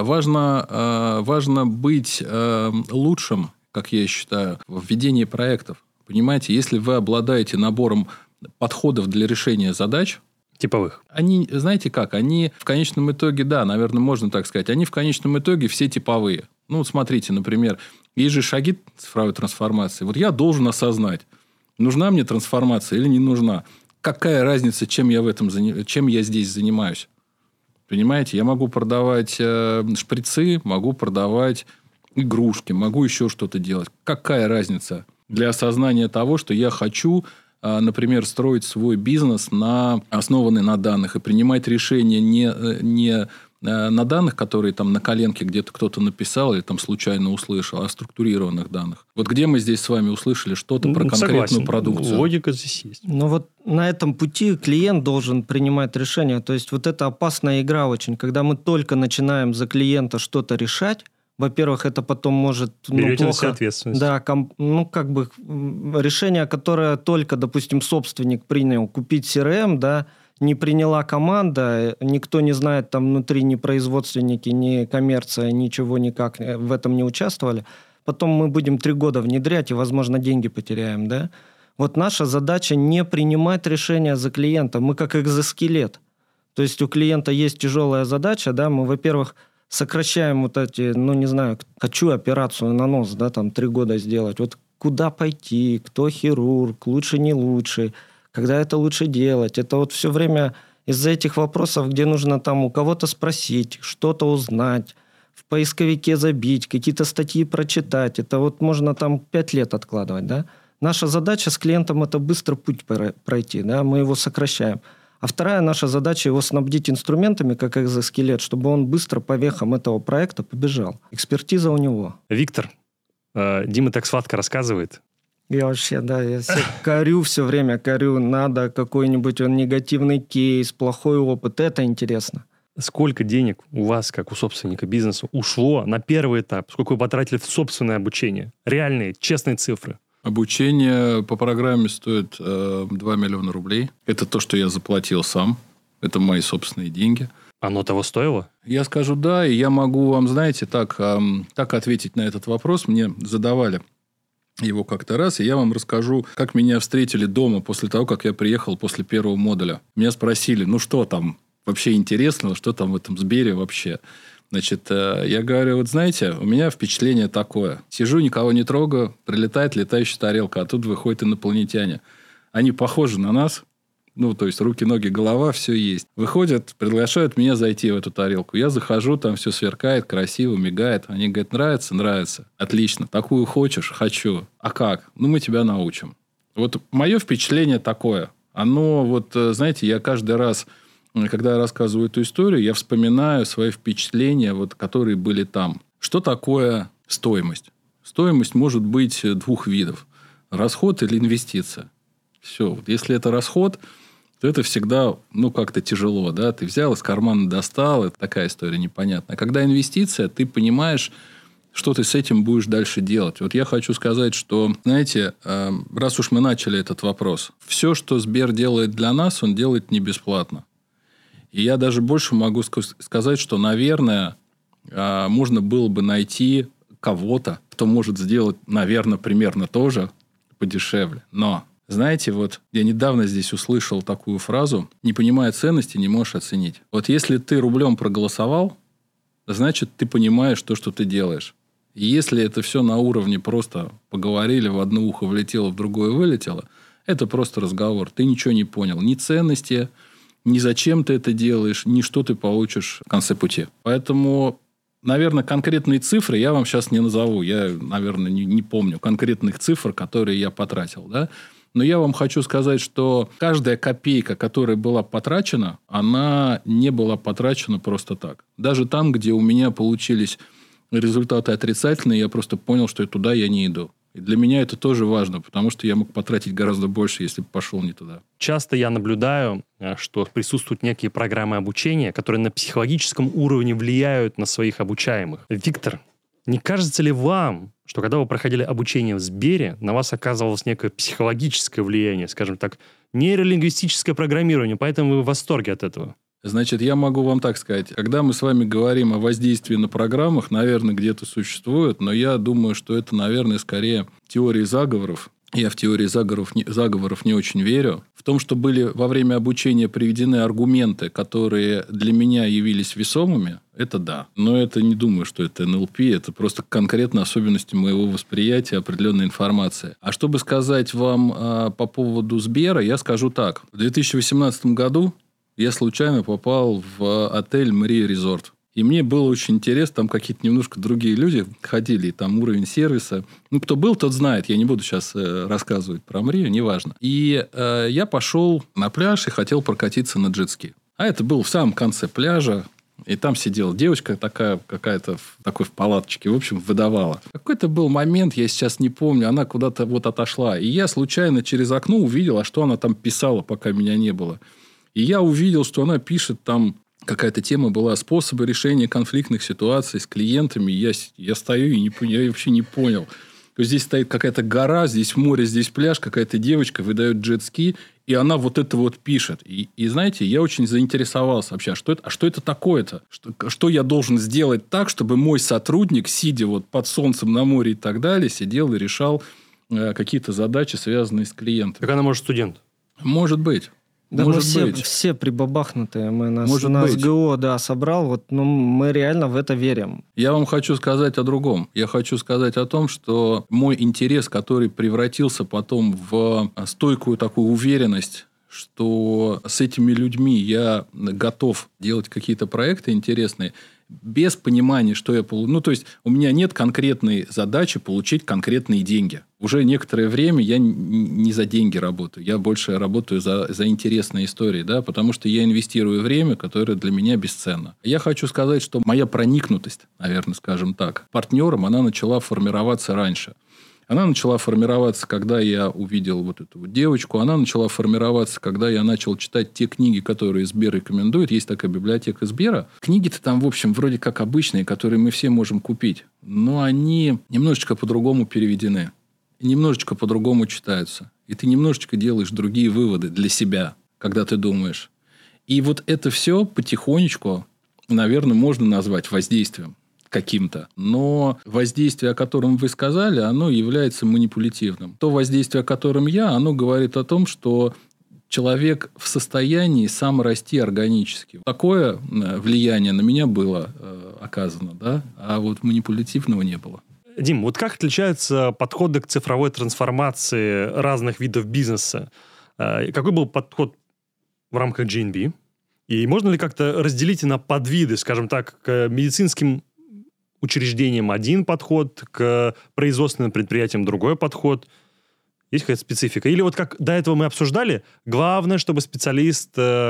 важно, важно быть лучшим, как я считаю, в ведении проектов. Понимаете, если вы обладаете набором подходов для решения задач,
типовых.
Они, знаете как, они в конечном итоге, да, наверное, можно так сказать, они в конечном итоге все типовые. Ну, вот смотрите, например, есть же шаги цифровой трансформации. Вот я должен осознать, нужна мне трансформация или не нужна. Какая разница, чем я, в этом, чем я здесь занимаюсь? Понимаете, я могу продавать э, шприцы, могу продавать игрушки, могу еще что-то делать. Какая разница для осознания того, что я хочу, э, например, строить свой бизнес, на, основанный на данных, и принимать решения не... не на данных, которые там на коленке где-то кто-то написал или там случайно услышал, а структурированных данных. Вот где мы здесь с вами услышали что-то про конкретную Согласен. Продукцию?
Логика здесь есть.
Ну вот на этом пути клиент должен принимать решения. То есть вот это опасная игра очень. Когда мы только начинаем за клиента что-то решать, во-первых, это потом может...
Берете
ну, плохо,
на себя ответственность.
Да, ком, ну как бы решение, которое только, допустим, собственник принял, купить си эр эм, да, не приняла команда, никто не знает там внутри, ни производственники, ни коммерция, ничего никак в этом не участвовали. Потом мы будем три года внедрять и, возможно, деньги потеряем, да? Вот наша задача не принимать решения за клиента. Мы как экзоскелет. То есть у клиента есть тяжелая задача, да, мы, во-первых, сокращаем вот эти, ну, не знаю, хочу операцию на нос, да, там, три года сделать. Вот куда пойти, кто хирург, лучше, не лучше, когда это лучше делать. Это вот все время из-за этих вопросов, где нужно там у кого-то спросить, что-то узнать, в поисковике забить, какие-то статьи прочитать. Это вот можно там пять лет откладывать, да. Наша задача с клиентом – это быстро путь пройти, да, мы его сокращаем. А вторая наша задача – его снабдить инструментами, как экзоскелет, чтобы он быстро по вехам этого проекта побежал. Экспертиза у него.
Виктор, Дима так сладко рассказывает.
Я вообще, да, я себя корю все время, корю. Надо какой-нибудь он негативный кейс, плохой опыт. Это интересно.
Сколько денег у вас, как у собственника бизнеса, ушло на первый этап? Сколько вы потратили в собственное обучение? Реальные, честные цифры.
Обучение по программе стоит э, два миллиона рублей. Это то, что я заплатил сам. Это мои собственные деньги.
Оно того стоило?
Я скажу да, и я могу вам, знаете, так, э, так ответить на этот вопрос. Мне задавали его как-то раз, и я вам расскажу, как меня встретили дома после того, как я приехал после первого модуля. Меня спросили, ну что там вообще интересного, что там в этом Сбере вообще. Значит, я говорю, вот знаете, у меня впечатление такое. Сижу, никого не трогаю, прилетает летающая тарелка, а тут выходят инопланетяне. Они похожи на нас. Ну, то есть, руки, ноги, голова, все есть. Выходят, приглашают меня зайти в эту тарелку. Я захожу, там все сверкает, красиво, мигает. Они говорят, нравится? Нравится. Отлично. Такую хочешь? Хочу. А как? Ну, мы тебя научим. Вот мое впечатление такое. Оно, вот, знаете, я каждый раз, когда я рассказываю эту историю, я вспоминаю свои впечатления, вот, которые были там. Что такое стоимость? Стоимость может быть двух видов. Расход или инвестиция. Все. Вот если это расход, то это всегда, ну, как-то тяжело, да, ты взял, из кармана достал, это такая история непонятная. А когда инвестиция, ты понимаешь, что ты с этим будешь дальше делать. Вот я хочу сказать, что, знаете, раз уж мы начали этот вопрос, все, что Сбер делает для нас, он делает не бесплатно. И я даже больше могу сказать, что, наверное, можно было бы найти кого-то, кто может сделать, наверное, примерно то же подешевле. Но... Знаете, вот я недавно здесь услышал такую фразу: не понимая ценности, не можешь оценить. Вот если ты рублем проголосовал, значит, ты понимаешь то, что ты делаешь. И если это все на уровне просто поговорили, в одно ухо влетело, в другое вылетело, это просто разговор. Ты ничего не понял. Ни ценности, ни зачем ты это делаешь, ни что ты получишь в конце пути. Поэтому... Наверное, конкретные цифры я вам сейчас не назову. Я, наверное, не, не помню конкретных цифр, которые я потратил. Да? Но я вам хочу сказать, что каждая копейка, которая была потрачена, она не была потрачена просто так. Даже там, где у меня получились результаты отрицательные, я просто понял, что туда я не иду. И для меня это тоже важно, потому что я мог потратить гораздо больше, если бы пошел не туда.
Часто я наблюдаю, что присутствуют некие программы обучения, которые на психологическом уровне влияют на своих обучаемых. Виктор, не кажется ли вам, что когда вы проходили обучение в Сбере, на вас оказывалось некое психологическое влияние, скажем так, нейролингвистическое программирование, поэтому вы в восторге от этого?
Значит, я могу вам так сказать. Когда мы с вами говорим о воздействии на программах, наверное, где-то существует, но я думаю, что это, наверное, скорее теории заговоров. Я в теории заговоров не, заговоров не очень верю. В том, что были во время обучения приведены аргументы, которые для меня явились весомыми, это да. Но это не думаю, что это эн эл пи, это просто конкретно особенности моего восприятия определенной информации. А чтобы сказать вам а, по поводу Сбера, я скажу так. В две тысячи восемнадцатом году я случайно попал в отель «Мария Резорт». И мне было очень интересно, там какие-то немножко другие люди ходили, и там уровень сервиса. Ну, кто был, тот знает. Я не буду сейчас э, рассказывать про Марию, неважно. И э, я пошел на пляж и хотел прокатиться на джетски. А это было в самом конце пляжа. И там сидела девочка такая, какая-то в, такой в палаточке. В общем, выдавала. Какой-то был момент, я сейчас не помню, она куда-то вот отошла. И я случайно через окно увидел, а что она там писала, пока меня не было. И я увидел, что она пишет там... Какая-то тема была способы решения конфликтных ситуаций с клиентами. Я, я стою и не, я вообще не понял. То есть, здесь стоит какая-то гора, здесь море, здесь пляж, какая-то девочка выдает джет-ски, и она вот это вот пишет. И, и знаете, я очень заинтересовался вообще, а что это, а что это такое-то? Что, что я должен сделать так, чтобы мой сотрудник, сидя вот под солнцем на море и так далее, сидел и решал э, какие-то задачи, связанные с клиентом?
Как она может студент?
Может быть.
Да,
Может
мы все,
быть.
все прибабахнутые. Мы нас,
Может
нас
быть.
ГО да, собрал. Вот, ну, мы реально в это верим.
Я вам хочу сказать о другом. Я хочу сказать о том, что мой интерес, который превратился потом в стойкую такую уверенность, что с этими людьми я готов делать какие-то проекты интересные, без понимания, что я получу. Ну, то есть, у меня нет конкретной задачи получить конкретные деньги. Уже некоторое время я не за деньги работаю. Я больше работаю за, за интересные истории, да, потому что я инвестирую время, которое для меня бесценно. Я хочу сказать, что моя проникнутость, наверное, скажем так, партнером, она начала формироваться раньше. Она начала формироваться, когда я увидел вот эту вот девочку. Она начала формироваться, когда я начал читать те книги, которые Сбер рекомендует. Есть такая библиотека Сбера. Книги-то там, в общем, вроде как обычные, которые мы все можем купить. Но они немножечко по-другому переведены. И немножечко по-другому читаются. И ты немножечко делаешь другие выводы для себя, когда ты думаешь. И вот это все потихонечку, наверное, можно назвать воздействием каким-то. Но воздействие, о котором вы сказали, оно является манипулятивным. То воздействие, о котором я, оно говорит о том, что человек в состоянии сам расти органически. Такое влияние на меня было э, оказано, да? А вот манипулятивного не было.
Дим, вот как отличаются подходы к цифровой трансформации разных видов бизнеса? Какой был подход в рамках джи эн би? И можно ли как-то разделить на подвиды, скажем так, к медицинским учреждениям один подход, к производственным предприятиям другой подход? Есть какая-то специфика? Или вот как до этого мы обсуждали, главное, чтобы специалист э,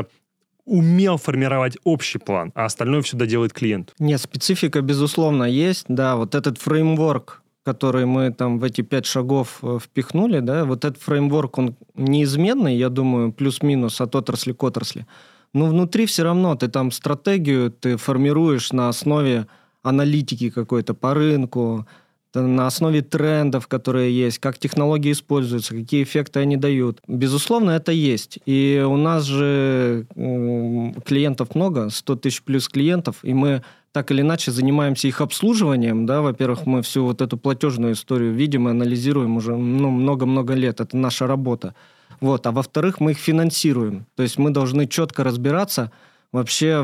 умел формировать общий план, а остальное всегда делает клиент.
Нет, специфика, безусловно, есть. Да, вот этот фреймворк, который мы там в эти пять шагов впихнули, да, вот этот фреймворк, он неизменный, я думаю, плюс-минус от отрасли к отрасли. Но внутри все равно ты там стратегию ты формируешь на основе аналитики какой-то по рынку, на основе трендов, которые есть, как технологии используются, какие эффекты они дают. Безусловно, это есть. И у нас же клиентов много, сто тысяч плюс клиентов, и мы так или иначе занимаемся их обслуживанием. Да? Во-первых, мы всю вот эту платежную историю видим и анализируем уже ну, много-много лет. Это наша работа. Вот. А во-вторых, мы их финансируем. То есть мы должны четко разбираться вообще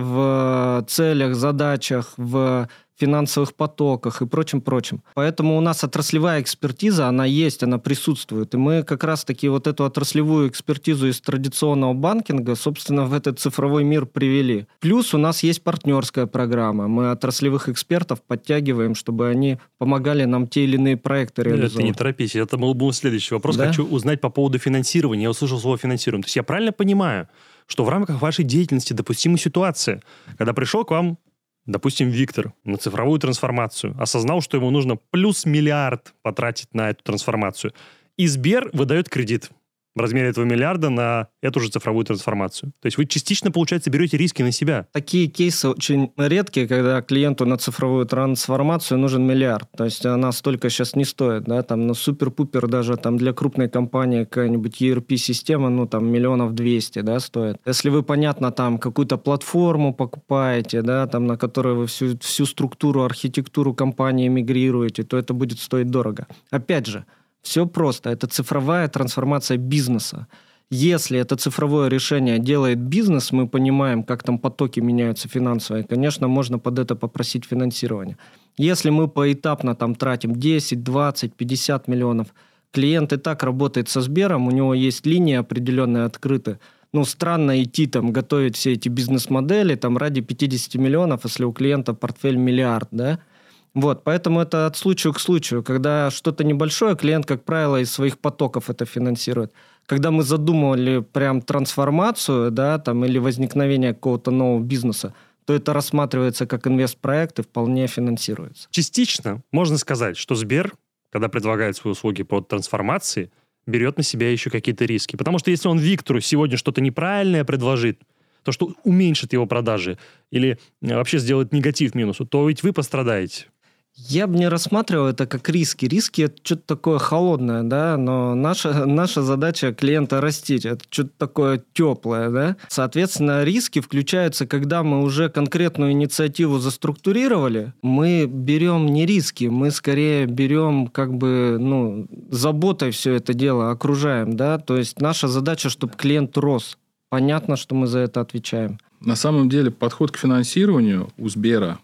в целях, задачах, в финансовых потоках и прочем-прочем. Поэтому у нас отраслевая экспертиза, она есть, она присутствует. И мы как раз-таки вот эту отраслевую экспертизу из традиционного банкинга, собственно, в этот цифровой мир привели. Плюс у нас есть партнерская программа. Мы отраслевых экспертов подтягиваем, чтобы они помогали нам те или иные проекты реализовать.
Это не торопись. Это был бы следующий вопрос.
Да?
Хочу узнать по поводу финансирования. Я услышал слово «финансирование». То есть я правильно понимаю, что в рамках вашей деятельности допустима ситуация, когда пришел к вам, допустим, Виктор на цифровую трансформацию, осознал, что ему нужно плюс миллиард потратить на эту трансформацию, и Сбер выдает кредит в размере этого миллиарда на эту же цифровую трансформацию. То есть вы частично, получается, берете риски на себя.
Такие кейсы очень редкие, когда клиенту на цифровую трансформацию нужен миллиард. То есть она столько сейчас не стоит. Да? Там, на супер-пупер даже там, для крупной компании какая-нибудь и эр пи-система ну, там, миллионов двести да, стоит. Если вы, понятно, там какую-то платформу покупаете, да, там, на которой вы всю, всю структуру, архитектуру компании мигрируете, то это будет стоить дорого. Опять же, все просто. Это цифровая трансформация бизнеса. Если это цифровое решение делает бизнес, мы понимаем, как там потоки меняются финансовые, конечно, можно под это попросить финансирование. Если мы поэтапно там тратим десять, двадцать, пятьдесят миллионов, клиент и так работает со Сбером, у него есть линии определенные открыты. Ну, странно идти там готовить все эти бизнес-модели там ради пятьдесят миллионов, если у клиента портфель миллиард, да? Вот, поэтому это от случая к случаю. Когда что-то небольшое, клиент, как правило, из своих потоков это финансирует. Когда мы задумывали прям трансформацию, да, там, или возникновение какого-то нового бизнеса, то это рассматривается как инвестпроект и вполне финансируется.
Частично можно сказать, что Сбер, когда предлагает свои услуги по трансформации, берет на себя еще какие-то риски. Потому что если он Виктору сегодня что-то неправильное предложит, то, что уменьшит его продажи или вообще сделает негатив минусу, то ведь вы пострадаете.
Я бы не рассматривал это как риски. Риски – это что-то такое холодное, да, но наша, наша задача клиента растить. Это что-то такое теплое, да. Соответственно, риски включаются, когда мы уже конкретную инициативу заструктурировали. Мы берем не риски, мы скорее берем как бы, ну, заботой все это дело окружаем, да. То есть наша задача, чтобы клиент рос. Понятно, что мы за это отвечаем.
На самом деле подход к финансированию у Сбера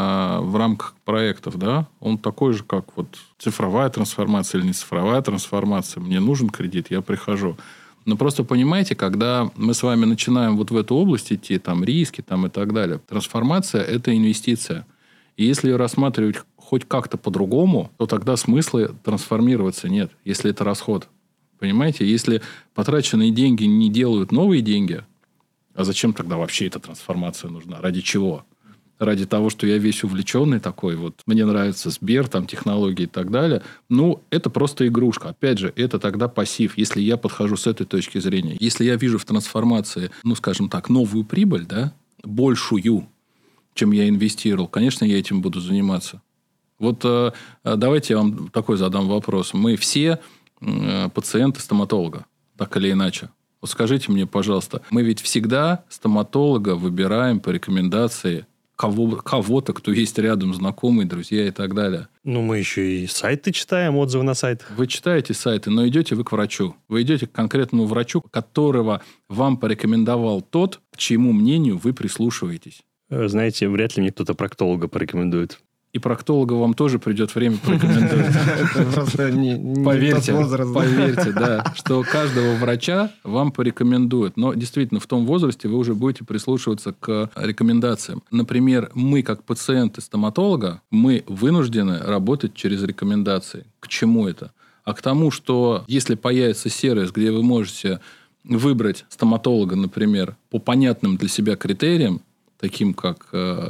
в рамках проектов, да, он такой же, как вот цифровая трансформация или не цифровая трансформация. Мне нужен кредит, я прихожу. Но просто понимаете, когда мы с вами начинаем вот в эту область идти, там риски там, и так далее, трансформация – это инвестиция. И если ее рассматривать хоть как-то по-другому, то тогда смысла трансформироваться нет, если это расход. Понимаете? Если потраченные деньги не делают новые деньги, а зачем тогда вообще эта трансформация нужна? Ради чего? ради того, что я весь увлеченный такой, вот мне нравится Сбер, там технологии и так далее. Ну, это просто игрушка. Опять же, это тогда пассив, если я подхожу с этой точки зрения. Если я вижу в трансформации, ну, скажем так, новую прибыль, да, большую, чем я инвестировал, конечно, я этим буду заниматься. Вот э, давайте я вам такой задам вопрос. Мы все э, пациенты стоматолога, так или иначе. Вот скажите мне, пожалуйста, мы ведь всегда стоматолога выбираем по рекомендации кого, кого-то, кто есть рядом, знакомые, друзья и так далее.
Ну, мы еще и сайты читаем, отзывы на сайтах.
Вы читаете сайты, но идете вы к врачу. Вы идете к конкретному врачу, которого вам порекомендовал тот, к чьему мнению вы прислушиваетесь.
Знаете, вряд ли мне кто-то проктолога порекомендует.
И проктолога вам тоже придет время порекомендовать.
Это просто не
Поверьте,
тот возраст.
поверьте, да, что каждого врача вам порекомендуют. Но действительно, в том возрасте вы уже будете прислушиваться к рекомендациям. Например, мы, как пациенты стоматолога, мы вынуждены работать через рекомендации. К чему это? А к тому, что если появится сервис, где вы можете выбрать стоматолога, например, по понятным для себя критериям, таким как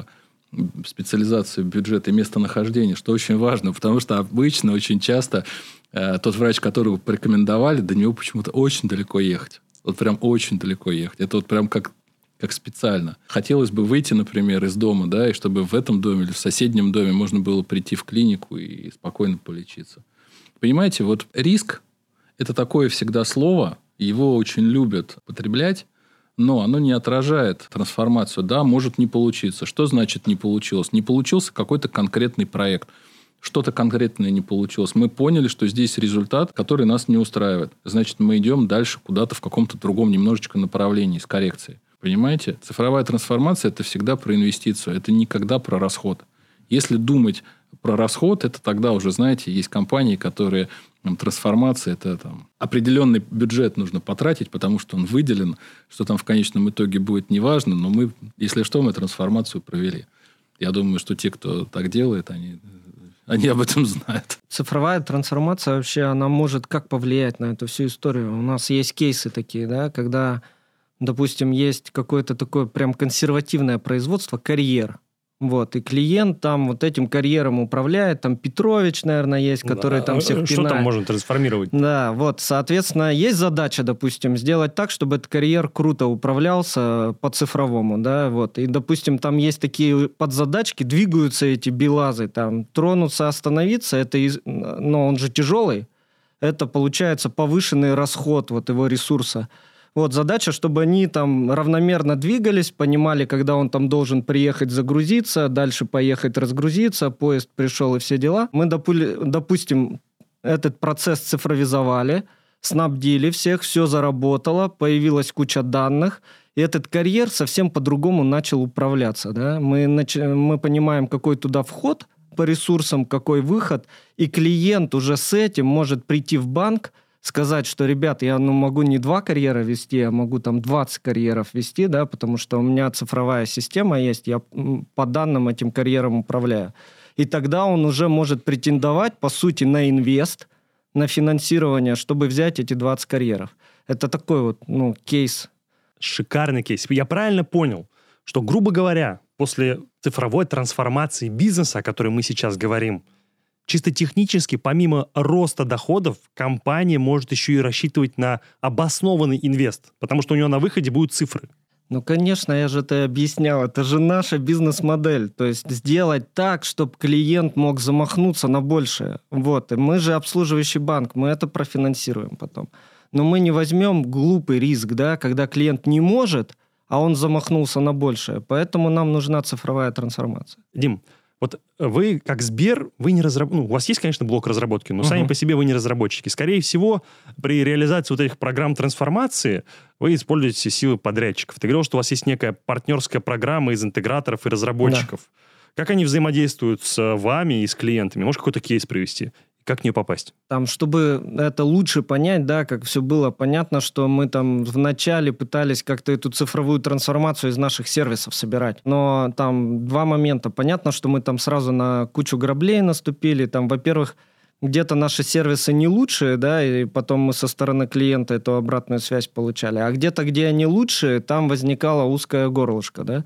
специализацию, бюджет и местонахождение, что очень важно, потому что обычно, очень часто э, тот врач, которого порекомендовали, до него почему-то очень далеко ехать. Вот прям очень далеко ехать. Это вот прям как, как специально. Хотелось бы выйти, например, из дома, да, и чтобы в этом доме или в соседнем доме можно было прийти в клинику и спокойно полечиться. Понимаете, вот риск – это такое всегда слово, его очень любят потреблять, но оно не отражает трансформацию. Да, может не получиться. Что значит не получилось? Не получился какой-то конкретный проект. Что-то конкретное не получилось. Мы поняли, что здесь результат, который нас не устраивает. Значит, мы идем дальше куда-то в каком-то другом немножечко направлении с коррекцией. Понимаете? Цифровая трансформация – это всегда про инвестицию. Это никогда про расход. Если думать про расход, это тогда уже, знаете, есть компании, которые... Там, трансформация – это там, определенный бюджет нужно потратить, потому что он выделен, что там в конечном итоге будет неважно, но мы, если что, мы трансформацию провели. Я думаю, что те, кто так делает, они, они об этом знают.
Цифровая трансформация вообще, она может как повлиять на эту всю историю? У нас есть кейсы такие, да, когда, допустим, есть какое-то такое прям консервативное производство, карьер. Вот, и клиент там вот этим карьером управляет, там Петрович, наверное, есть, который
да,
там всех пинает.
Что там можно трансформировать?
Да, вот, соответственно, есть задача, допустим, сделать так, чтобы этот карьер круто управлялся по-цифровому, да, вот, и, допустим, там есть такие подзадачки, двигаются эти билазы, там, тронуться, остановиться, это, из... но он же тяжелый, это, получается, повышенный расход вот его ресурса. Вот задача, чтобы они там равномерно двигались, понимали, когда он там должен приехать загрузиться, дальше поехать разгрузиться, поезд пришел и все дела. Мы, допустим, этот процесс цифровизовали, снабдили всех, все заработало, появилась куча данных, и этот карьер совсем по-другому начал управляться. Да? Мы, нач... Мы понимаем, какой туда вход по ресурсам, какой выход, и клиент уже с этим может прийти в банк, сказать, что, ребят, я ну, могу не два карьера вести, я могу там двадцать карьеров вести, да, потому что у меня цифровая система есть, я по данным этим карьерам управляю. И тогда он уже может претендовать, по сути, на инвест, на финансирование, чтобы взять эти двадцать карьеров. Это такой вот, ну, кейс.
Шикарный кейс. Я правильно понял, что, грубо говоря, после цифровой трансформации бизнеса, о которой мы сейчас говорим, чисто технически, помимо роста доходов, компания может еще и рассчитывать на обоснованный инвест, потому что у нее на выходе будут цифры.
Ну, конечно, я же это объяснял. Это же наша бизнес-модель. То есть сделать так, чтобы клиент мог замахнуться на большее. Вот. И мы же обслуживающий банк, мы это профинансируем потом. Но мы не возьмем глупый риск, да, когда клиент не может, а он замахнулся на большее. Поэтому нам нужна цифровая трансформация.
Дим, вот вы, как Сбер, вы не разраб... ну, у вас есть, конечно, блок разработки, но uh-huh. сами по себе вы не разработчики. Скорее всего, при реализации вот этих программ трансформации вы используете силы подрядчиков. Ты говорил, что у вас есть некая партнерская программа из интеграторов и разработчиков. Да. Как они взаимодействуют с вами и с клиентами? Можешь какой-то кейс привести? Как в нее попасть?
Там, чтобы это лучше понять, да, как все было понятно, что мы там вначале пытались как-то эту цифровую трансформацию из наших сервисов собирать. Но там два момента. Понятно, что мы там сразу на кучу граблей наступили. Там, во-первых, где-то наши сервисы не лучшие, да, и потом мы со стороны клиента эту обратную связь получали. А где-то, где они лучшие, там возникало узкое горлышко, да.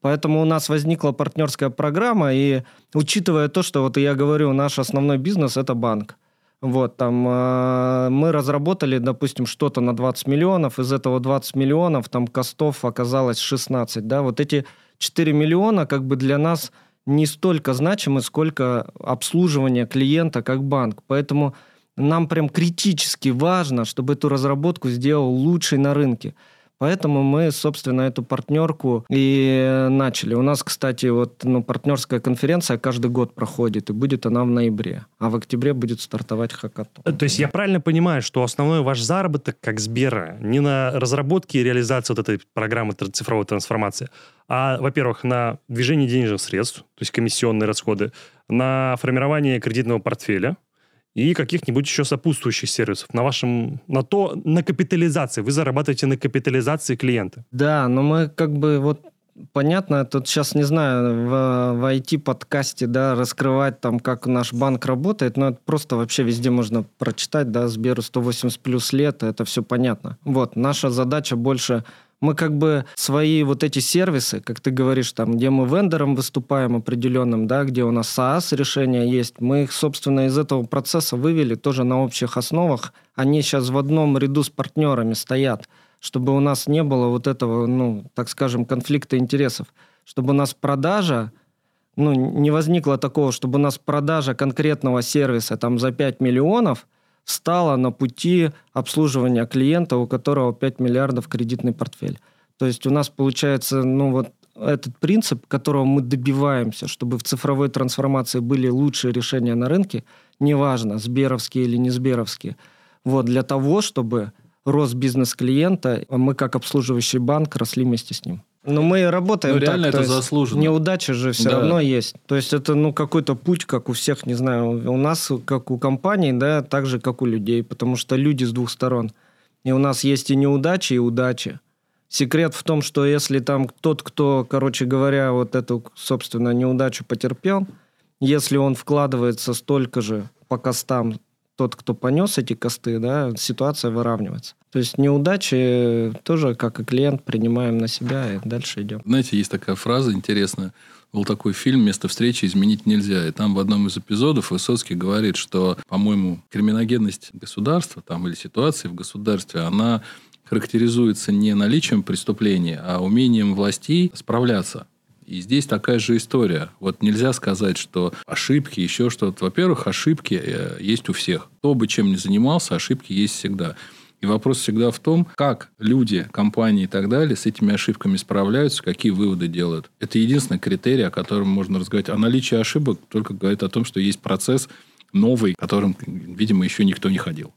Поэтому у нас возникла партнерская программа, и учитывая то, что, вот я говорю, наш основной бизнес – это банк. Вот, там э, мы разработали, допустим, что-то на двадцать миллионов, из этого двадцать миллионов, там, костов оказалось шестнадцать, да, вот эти четыре миллиона, как бы, для нас не столько значимы, сколько обслуживание клиента как банк, поэтому нам прям критически важно, чтобы эту разработку сделал лучший на рынке. Поэтому мы, собственно, эту партнерку и начали. У нас, кстати, вот, ну, партнерская конференция каждый год проходит, и будет она в ноябре. А в октябре будет стартовать хакатон.
То есть я правильно понимаю, что основной ваш заработок, как Сбера, не на разработке и реализации вот этой программы цифровой трансформации, а, во-первых, на движении денежных средств, то есть комиссионные расходы, на формирование кредитного портфеля, и каких-нибудь еще сопутствующих сервисов. На вашем, на то, на капитализации. Вы зарабатываете на капитализации клиента.
Да, но мы как бы вот понятно, тут сейчас, не знаю, в, в ай ти-подкасте, да, раскрывать там, как наш банк работает, но это просто вообще везде можно прочитать, да, Сберу сто восемьдесят плюс лет, это все понятно. Вот, наша задача больше... Мы как бы свои вот эти сервисы, как ты говоришь, там, где мы вендором выступаем определенным, да, где у нас SaaS решения есть, мы их, собственно, из этого процесса вывели тоже на общих основах. Они сейчас в одном ряду с партнерами стоят, чтобы у нас не было вот этого, ну, так скажем, конфликта интересов. Чтобы у нас продажа, ну, не возникло такого, чтобы у нас продажа конкретного сервиса там за пять миллионов стала на пути обслуживания клиента, у которого пять миллиардов кредитный портфель. То есть у нас получается, ну, вот этот принцип, которого мы добиваемся, чтобы в цифровой трансформации были лучшие решения на рынке, неважно, сберовские или не сберовские, вот, для того, чтобы рос бизнес клиента, а мы как обслуживающий банк росли вместе с ним. Но мы работаем
ну, реально
так.
это заслуженно.
Неудача же все
да.
равно есть. То есть это, ну, какой-то путь, как у всех, не знаю, у нас, как у компаний, да, так же, как у людей, потому что люди с двух сторон. И у нас есть и неудачи, и удачи. Секрет в том, что если там тот, кто, короче говоря, вот эту, собственно, неудачу потерпел, если он вкладывается столько же по костам, тот, кто понес эти косты, да, ситуация выравнивается. То есть неудачи тоже, как и клиент, принимаем на себя и дальше идем.
Знаете, есть такая фраза интересная. Был такой фильм «Место встречи изменить нельзя». И там в одном из эпизодов Высоцкий говорит, что, по-моему, криминогенность государства там, или ситуации в государстве, она характеризуется не наличием преступлений, а умением властей справляться. И здесь такая же история. Вот нельзя сказать, что ошибки, еще что-то. Во-первых, ошибки есть у всех. Кто бы чем ни занимался, ошибки есть всегда. И вопрос всегда в том, как люди, компании и так далее с этими ошибками справляются, какие выводы делают. Это единственный критерий, о котором можно разговаривать. А наличие ошибок только говорит о том, что есть процесс новый, которым, видимо, еще никто не ходил.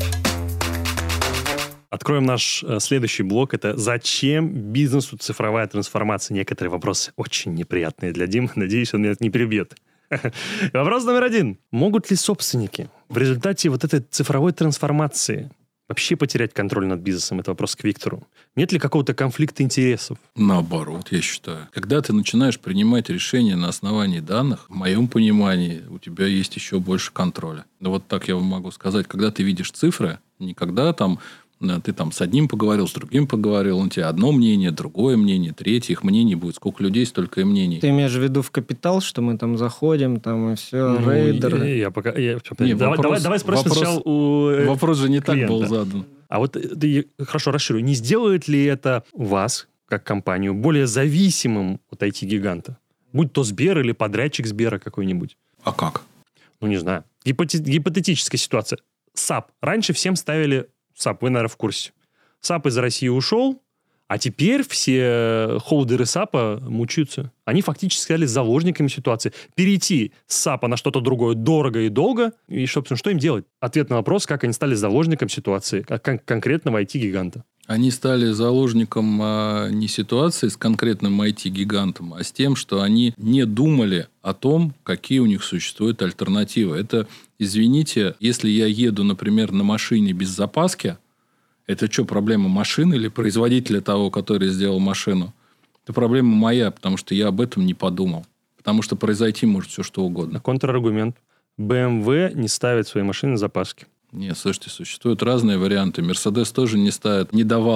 Откроем наш э, следующий блок. Это «Зачем бизнесу цифровая трансформация?» Некоторые вопросы очень неприятные для Димы. Надеюсь, он меня не перебьет. Вопрос номер один. Могут ли собственники в результате вот этой цифровой трансформации вообще потерять контроль над бизнесом? Это вопрос к Виктору. Нет ли какого-то конфликта интересов?
Наоборот, я считаю. Когда ты начинаешь принимать решения на основании данных, в моем понимании, у тебя есть еще больше контроля. Да вот так я вам могу сказать. Когда ты видишь цифры, никогда там... Ты там с одним поговорил, с другим поговорил, у тебя одно мнение, другое мнение, третье, их мнений будет. Сколько людей, столько и мнений.
Ты имеешь в виду в капитал, что мы там заходим, там и все, ну, рейдер?
Я, я пока... Я,
не,
давай,
вопрос,
давай, давай спросим
вопрос,
сначала у
Вопрос же не
клиента.
Так был задан.
А вот ты, хорошо, расширю. Не сделает ли это вас, как компанию, более зависимым от ай ти-гиганта? Будь то Сбер или подрядчик Сбера какой-нибудь.
А как?
Ну, не знаю. Гипотет, гипотетическая ситуация. САП. Раньше всем ставили САП, вы, наверное, в курсе. САП из России ушел, а теперь все холдеры САПа мучаются. Они фактически стали заложниками ситуации. Перейти с САПа на что-то другое дорого и долго. И, собственно, что им делать? Ответ на вопрос, как они стали заложником ситуации, как кон- конкретного ай ти-гиганта.
Они стали заложником а, не ситуации с конкретным ай ти-гигантом, а с тем, что они не думали о том, какие у них существуют альтернативы. Это, извините, если я еду, например, на машине без запаски, это что, проблема машины или производителя того, который сделал машину? Это проблема моя, потому что я об этом не подумал. Потому что произойти может все что угодно.
Контраргумент. бэ эм вэ не ставит свои машины на запаски.
Нет, слушайте, существуют разные варианты. Мерседес тоже не ставит, не давал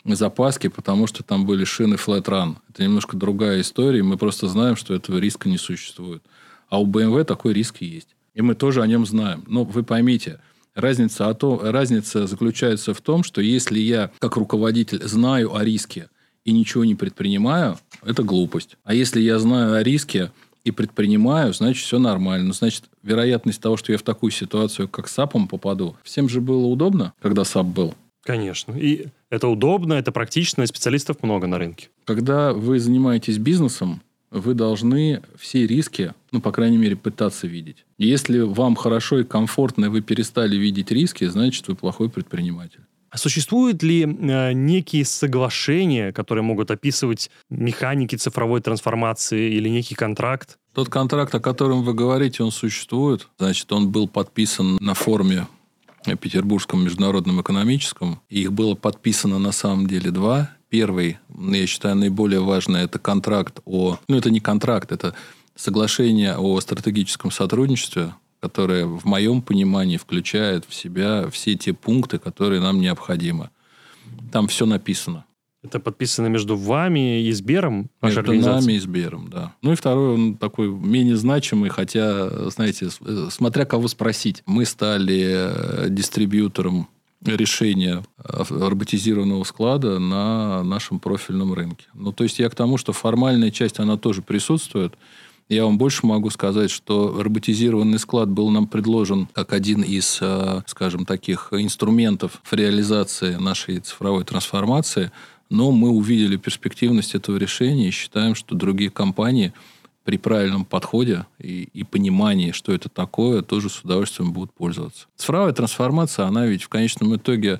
запаски, потому что там были шины Flat Run. Это немножко другая история. Мы просто знаем, что этого риска не существует. А у бэ эм вэ такой риск есть. И мы тоже о нем знаем. Но вы поймите, разница, о том, разница заключается в том, что если я, как руководитель, знаю о риске и ничего не предпринимаю, это глупость. А если я знаю о риске и предпринимаю, значит, все нормально. Ну, значит, вероятность того, что я в такую ситуацию, как с САПом попаду, всем же было удобно, когда САП был.
Конечно. И это удобно, это практично, и специалистов много на рынке.
Когда вы занимаетесь бизнесом, вы должны все риски, ну, по крайней мере, пытаться видеть. Если вам хорошо и комфортно, и вы перестали видеть риски, значит, вы плохой предприниматель.
А существуют ли э, некие соглашения, которые могут описывать механики цифровой трансформации или некий контракт?
Тот контракт, о котором вы говорите, он существует. Значит, он был подписан на форуме Петербургском международном экономическом. И их было подписано на самом деле два. Первый, я считаю, наиболее важный, это контракт о... Ну, это не контракт, это соглашение о стратегическом сотрудничестве, которое, в моем понимании, включает в себя все те пункты, которые нам необходимы. Там все написано.
Это подписано между вами и Сбером?
Между нами и Сбером, да. Ну и второй, он такой менее значимый, хотя, знаете, смотря кого спросить. Мы стали дистрибьютором решения роботизированного склада на нашем профильном рынке. Ну, то есть, я к тому, что формальная часть, она тоже присутствует. Я вам больше могу сказать, что роботизированный склад был нам предложен как один из, скажем, таких инструментов в реализации нашей цифровой трансформации. Но мы увидели перспективность этого решения и считаем, что другие компании при правильном подходе и, и понимании, что это такое, тоже с удовольствием будут пользоваться. Цифровая трансформация, она ведь в конечном итоге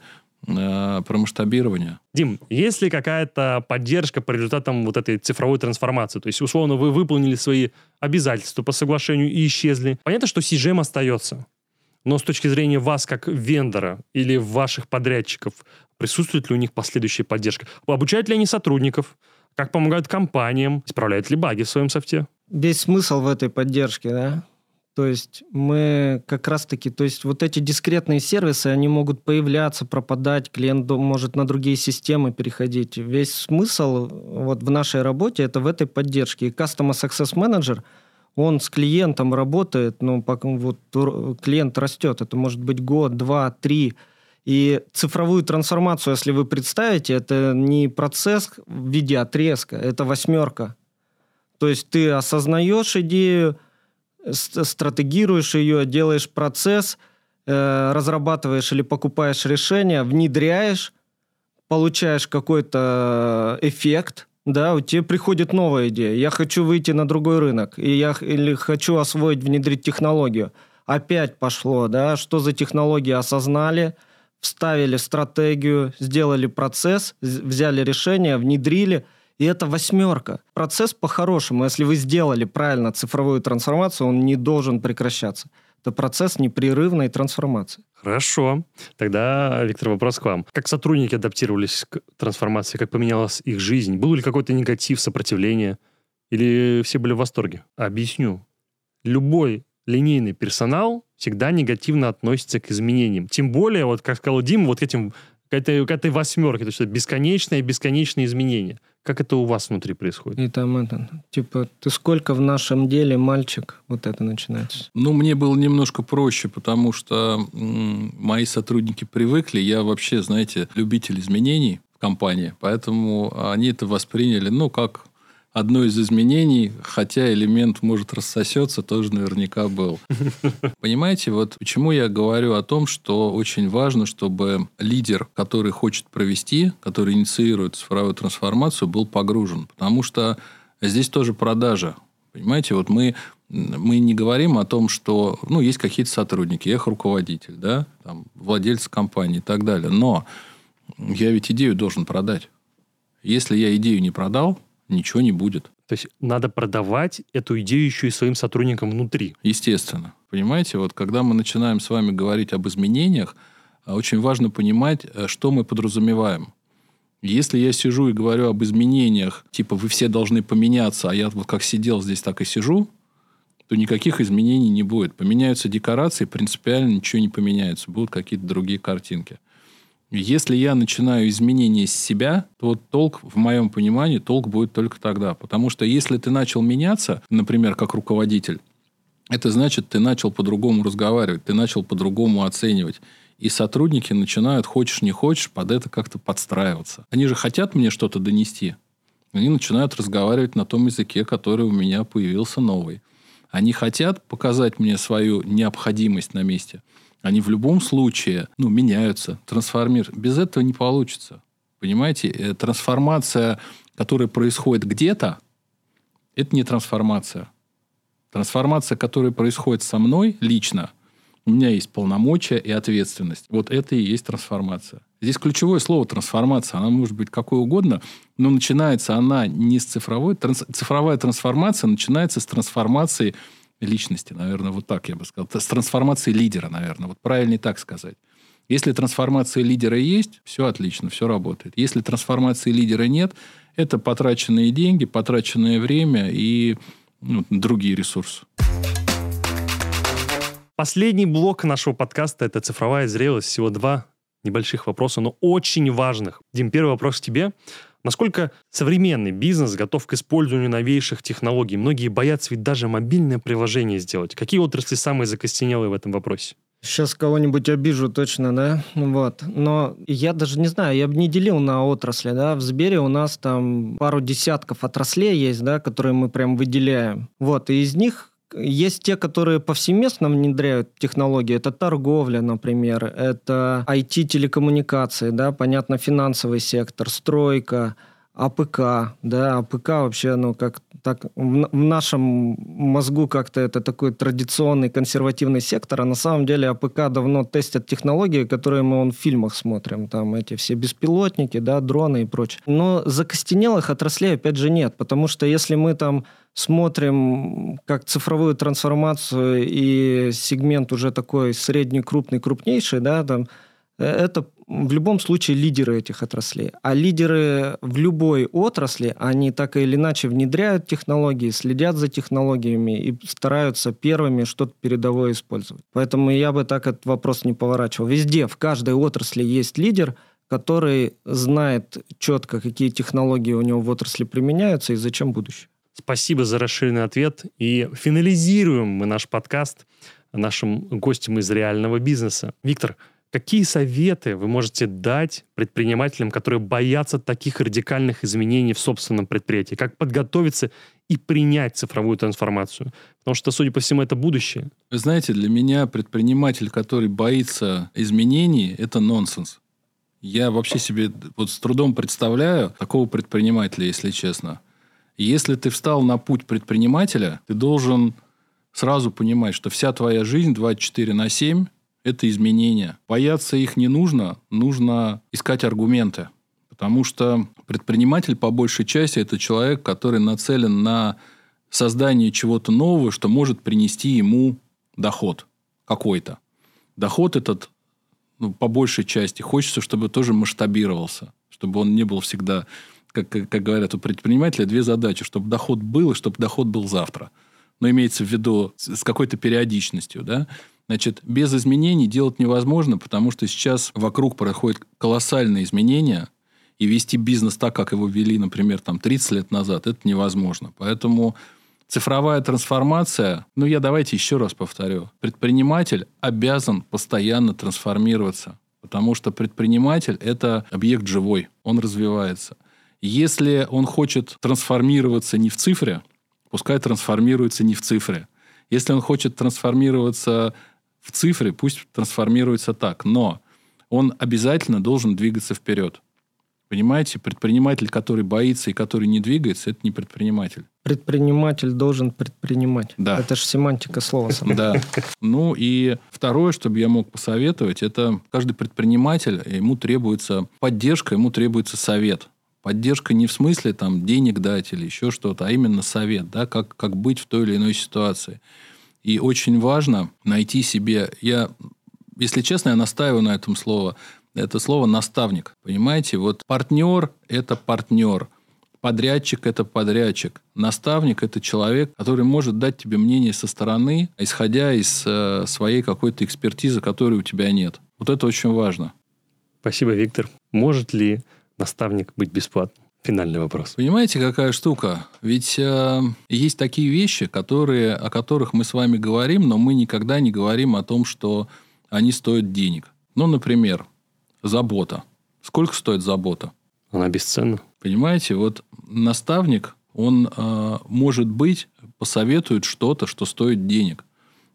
э, про масштабирование.
Дим, есть ли какая-то поддержка по результатам вот этой цифровой трансформации? То есть, условно, вы выполнили свои обязательства по соглашению и исчезли. Понятно, что си джи эм остается. Но с точки зрения вас, как вендора или ваших подрядчиков, присутствует ли у них последующая поддержка? Обучают ли они сотрудников? Как помогают компаниям? Исправляют ли баги в своем софте?
Весь смысл в этой поддержке, да? То есть мы как раз-таки... То есть вот эти дискретные сервисы, они могут появляться, пропадать, клиент может на другие системы переходить. Весь смысл вот в нашей работе это в этой поддержке. И Customer Success Manager, он с клиентом работает, ну, пока вот клиент растет. Это может быть год, два, три. И цифровую трансформацию, если вы представите, это не процесс в виде отрезка, это восьмерка. То есть ты осознаешь идею, стратегируешь ее, делаешь процесс, э, разрабатываешь или покупаешь решение, внедряешь, получаешь какой-то эффект, да, у тебя приходит новая идея. Я хочу выйти на другой рынок, и я, или хочу освоить, внедрить технологию. Опять пошло, да, что за технологии осознали, вставили стратегию, сделали процесс, взяли решение, внедрили, и это восьмерка. Процесс по-хорошему, если вы сделали правильно цифровую трансформацию, он не должен прекращаться. Это процесс непрерывной трансформации.
Хорошо. Тогда, Виктор, вопрос к вам. Как сотрудники адаптировались к трансформации? Как поменялась их жизнь? Был ли какой-то негатив, сопротивление? Или все были в восторге? Объясню. Любой линейный персонал всегда негативно относится к изменениям. Тем более, вот как сказал Дима, вот к, этим, к, этой, к этой восьмерке, то есть это бесконечное и бесконечные изменения. Как это у вас внутри происходит?
И там это, типа, ты сколько в нашем деле, мальчик? Вот это начинается.
Ну, мне было немножко проще, потому что м- мои сотрудники привыкли. Я вообще, знаете, любитель изменений в компании, поэтому они это восприняли, ну, как одно из изменений, хотя элемент, может, рассосется, тоже наверняка был. Понимаете, вот почему я говорю о том, что очень важно, чтобы лидер, который хочет провести, который инициирует цифровую трансформацию, был погружен. Потому что здесь тоже продажа. Понимаете, вот мы, мы не говорим о том, что ну, есть какие-то сотрудники, я их руководитель, да, там, владельцы компании и так далее. Но я ведь идею должен продать. Если я идею не продал, ничего не будет.
То есть надо продавать эту идею еще и своим сотрудникам внутри.
Естественно. Понимаете, вот когда мы начинаем с вами говорить об изменениях, очень важно понимать, что мы подразумеваем. Если я сижу и говорю об изменениях, типа вы все должны поменяться, а я вот как сидел здесь, так и сижу, то никаких изменений не будет. Поменяются декорации, принципиально ничего не поменяется. Будут какие-то другие картинки. Если я начинаю изменения с себя, то вот толк, в моем понимании, толк будет только тогда. Потому что если ты начал меняться, например, как руководитель, это значит, ты начал по-другому разговаривать, ты начал по-другому оценивать. И сотрудники начинают, хочешь не хочешь, под это как-то подстраиваться. Они же хотят мне что-то донести. Они начинают разговаривать на том языке, который у меня появился новый. Они хотят показать мне свою необходимость на месте. Они в любом случае ну, меняются, трансформируются. Без этого не получится. Понимаете? Трансформация, которая происходит где-то, это не трансформация. Трансформация, которая происходит со мной лично, у меня есть полномочия и ответственность. Вот это и есть трансформация. Здесь ключевое слово трансформация. Она может быть какой угодно, но начинается она не с цифровой. Транс... Цифровая трансформация начинается с трансформации личности, наверное, вот так я бы сказал. С трансформации лидера, наверное. Вот правильнее так сказать. Если трансформация лидера есть, все отлично, все работает. Если трансформации лидера нет, это потраченные деньги, потраченное время и ну, другие ресурсы.
Последний блок нашего подкаста – это цифровая зрелость. Всего два небольших вопроса, но очень важных. Дим, первый вопрос к тебе. Насколько современный бизнес готов к использованию новейших технологий? Многие боятся ведь даже мобильное приложение сделать. Какие отрасли самые закостенелые в этом вопросе?
Сейчас кого-нибудь обижу точно, да? Вот. Но я даже не знаю, я бы не делил на отрасли, да? В Сбере у нас там пару десятков отраслей есть, да, которые мы прям выделяем. Вот. И из них есть те, которые повсеместно внедряют технологии. Это торговля, например, это ай ти-телекоммуникации, да, понятно, финансовый сектор, стройка, АПК, да, АПК вообще, ну, как так, в, в нашем мозгу как-то это такой традиционный консервативный сектор, а на самом деле АПК давно тестят технологии, которые мы вон в фильмах смотрим, там эти все беспилотники, да, дроны и прочее. Но закостенелых отраслей, опять же, нет, потому что если мы там смотрим как цифровую трансформацию и сегмент уже такой средний, крупный, крупнейший, да, там, это в любом случае лидеры этих отраслей. А лидеры в любой отрасли, они так или иначе внедряют технологии, следят за технологиями и стараются первыми что-то передовое использовать. Поэтому я бы так этот вопрос не поворачивал. Везде, в каждой отрасли есть лидер, который знает четко, какие технологии у него в отрасли применяются и зачем будущее.
Спасибо за расширенный ответ. И финализируем мы наш подкаст нашим гостем из реального бизнеса. Виктор, какие советы вы можете дать предпринимателям, которые боятся таких радикальных изменений в собственном предприятии? Как подготовиться и принять цифровую трансформацию? Потому что, судя по всему, это будущее.
Вы знаете, для меня предприниматель, который боится изменений, это нонсенс. Я вообще себе вот с трудом представляю такого предпринимателя, если честно. Если ты встал на путь предпринимателя, ты должен сразу понимать, что вся твоя жизнь двадцать четыре на семь – это изменения. Бояться их не нужно, нужно искать аргументы. Потому что предприниматель, по большей части, это человек, который нацелен на создание чего-то нового, что может принести ему доход какой-то. Доход этот, ну, по большей части, хочется, чтобы тоже масштабировался, чтобы он не был всегда... Как, как говорят у предпринимателя, две задачи. Чтобы доход был, и чтобы доход был завтра. Но имеется в виду с какой-то периодичностью. Да? Значит, без изменений делать невозможно, потому что сейчас вокруг происходят колоссальные изменения. И вести бизнес так, как его вели, например, там, тридцать лет назад, это невозможно. Поэтому цифровая трансформация, ну, я давайте еще раз повторю. Предприниматель обязан постоянно трансформироваться. Потому что предприниматель – это объект живой. Он развивается. Если он хочет трансформироваться не в цифре, пускай трансформируется не в цифре. Если он хочет трансформироваться в цифре, пусть трансформируется так. Но он обязательно должен двигаться вперед. Понимаете, предприниматель, который боится и который не двигается, это не предприниматель.
Предприниматель должен предпринимать.
Да.
Это же семантика слова сама.
Да. Ну и второе, что бы я мог посоветовать, это каждый предприниматель, ему требуется поддержка, ему требуется совет. Поддержка не в смысле там, денег дать или еще что-то, а именно совет, да, как, как быть в той или иной ситуации. И очень важно найти себе... Я, если честно, я настаиваю на этом слове. Это слово «наставник». Понимаете? Вот партнер – это партнер. Подрядчик – это подрядчик. Наставник – это человек, который может дать тебе мнение со стороны, исходя из э, своей какой-то экспертизы, которой у тебя нет. Вот это очень важно.
Спасибо, Виктор. Может ли наставник быть бесплатным? Финальный вопрос.
Понимаете, какая штука? Ведь э, есть такие вещи, которые, о которых мы с вами говорим, но мы никогда не говорим о том, что они стоят денег. Ну, например, забота. Сколько стоит забота?
Она бесценна.
Понимаете, вот наставник, он, э, может быть, посоветует что-то, что стоит денег.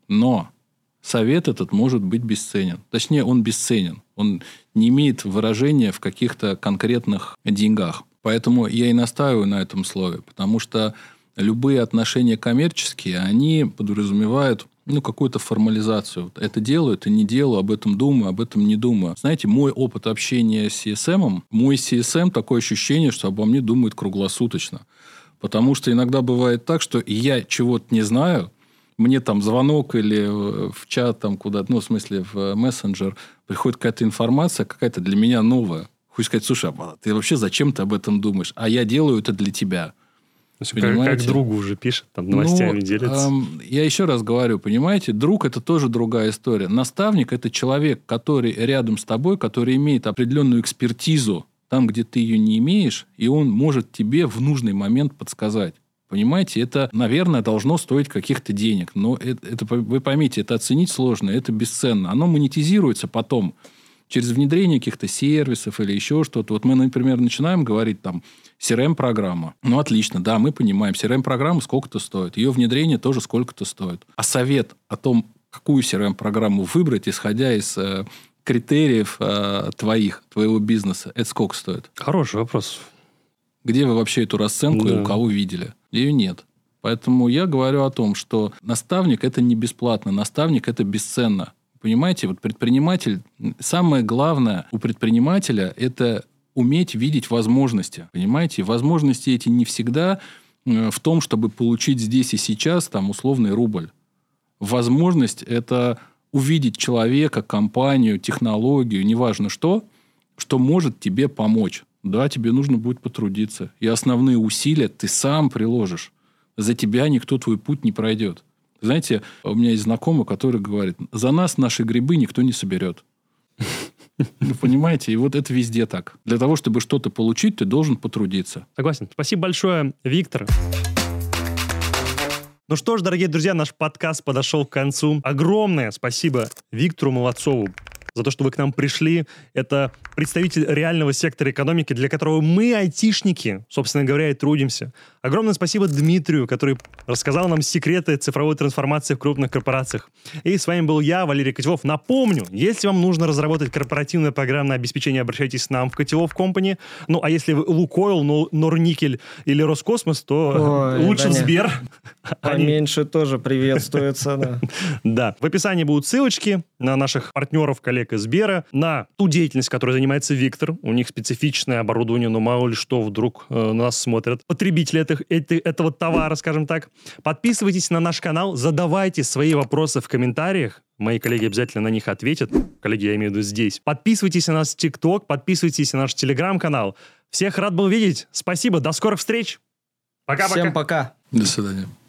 Но совет этот может быть бесценен. Точнее, он бесценен. Он не имеет выражения в каких-то конкретных деньгах. Поэтому я и настаиваю на этом слове. Потому что любые отношения коммерческие, они подразумевают ну, какую-то формализацию. Это делаю, это не делаю, об этом думаю, об этом не думаю. Знаете, мой опыт общения с си эс эм, мой си эс эм такое ощущение, что обо мне думает круглосуточно. Потому что иногда бывает так, что я чего-то не знаю, мне там звонок или в чат там куда-то, ну, в смысле, в мессенджер приходит какая-то информация, какая-то для меня новая. Хочешь сказать, слушай, а ты вообще зачем ты об этом думаешь? А я делаю это для тебя.
Как, как другу уже пишет, там новостями ну, делится.
Эм, я еще раз говорю, понимаете, друг – это тоже другая история. Наставник – это человек, который рядом с тобой, который имеет определенную экспертизу там, где ты ее не имеешь, и он может тебе в нужный момент подсказать. Понимаете, это, наверное, должно стоить каких-то денег. Но это, это, вы поймите, это оценить сложно, это бесценно. Оно монетизируется потом через внедрение каких-то сервисов или еще что-то. Вот мы, например, начинаем говорить там си ар эм-программа. Ну, отлично, да, мы понимаем, си ар эм-программа сколько-то стоит. Ее внедрение тоже сколько-то стоит. А совет о том, какую си ар эм-программу выбрать, исходя из э, критериев э, твоих, твоего бизнеса, это сколько стоит?
Хороший вопрос.
Где вы вообще эту расценку
да.
и у кого видели? Ее нет. Поэтому я говорю о том, что наставник – это не бесплатно, наставник – это бесценно. Понимаете, вот предприниматель, самое главное у предпринимателя – это уметь видеть возможности. Понимаете, возможности эти не всегда в том, чтобы получить здесь и сейчас там условный рубль. Возможность – это увидеть человека, компанию, технологию, неважно что, что может тебе помочь. Да, тебе нужно будет потрудиться. И основные усилия ты сам приложишь. За тебя никто твой путь не пройдет. Знаете, у меня есть знакомый, который говорит, за нас наши грибы никто не соберет. Вы понимаете? И вот это везде так. Для того, чтобы что-то получить, ты должен потрудиться.
Согласен. Спасибо большое, Виктор. Ну что ж, дорогие друзья, наш подкаст подошел к концу. Огромное спасибо Виктору Молодцову за то, что вы к нам пришли. Это представитель реального сектора экономики, для которого мы, айтишники, собственно говоря, и трудимся. Огромное спасибо Дмитрию, который рассказал нам секреты цифровой трансформации в крупных корпорациях. И с вами был я, Валерий Котелов. Напомню, если вам нужно разработать корпоративное программное обеспечение, обращайтесь к нам в Котелов Company. Ну, а если вы Лукойл, Норникель или Роскосмос, то Ой, лучше да в Сбер.
Поменьше Они... тоже приветствуется. Да.
Да. В описании будут ссылочки на наших партнеров, коллег из Сбера, на ту деятельность, которой занимается Виктор. У них специфичное оборудование, но мало ли что вдруг э, нас смотрят потребители этих, эти, этого товара, скажем так. Подписывайтесь на наш канал, задавайте свои вопросы в комментариях. Мои коллеги обязательно на них ответят. Коллеги, я имею в виду здесь. Подписывайтесь на наш ТикТок, подписывайтесь на наш Телеграм-канал. Всех рад был видеть. Спасибо, до скорых встреч. Пока-пока.
Всем пока.
До свидания.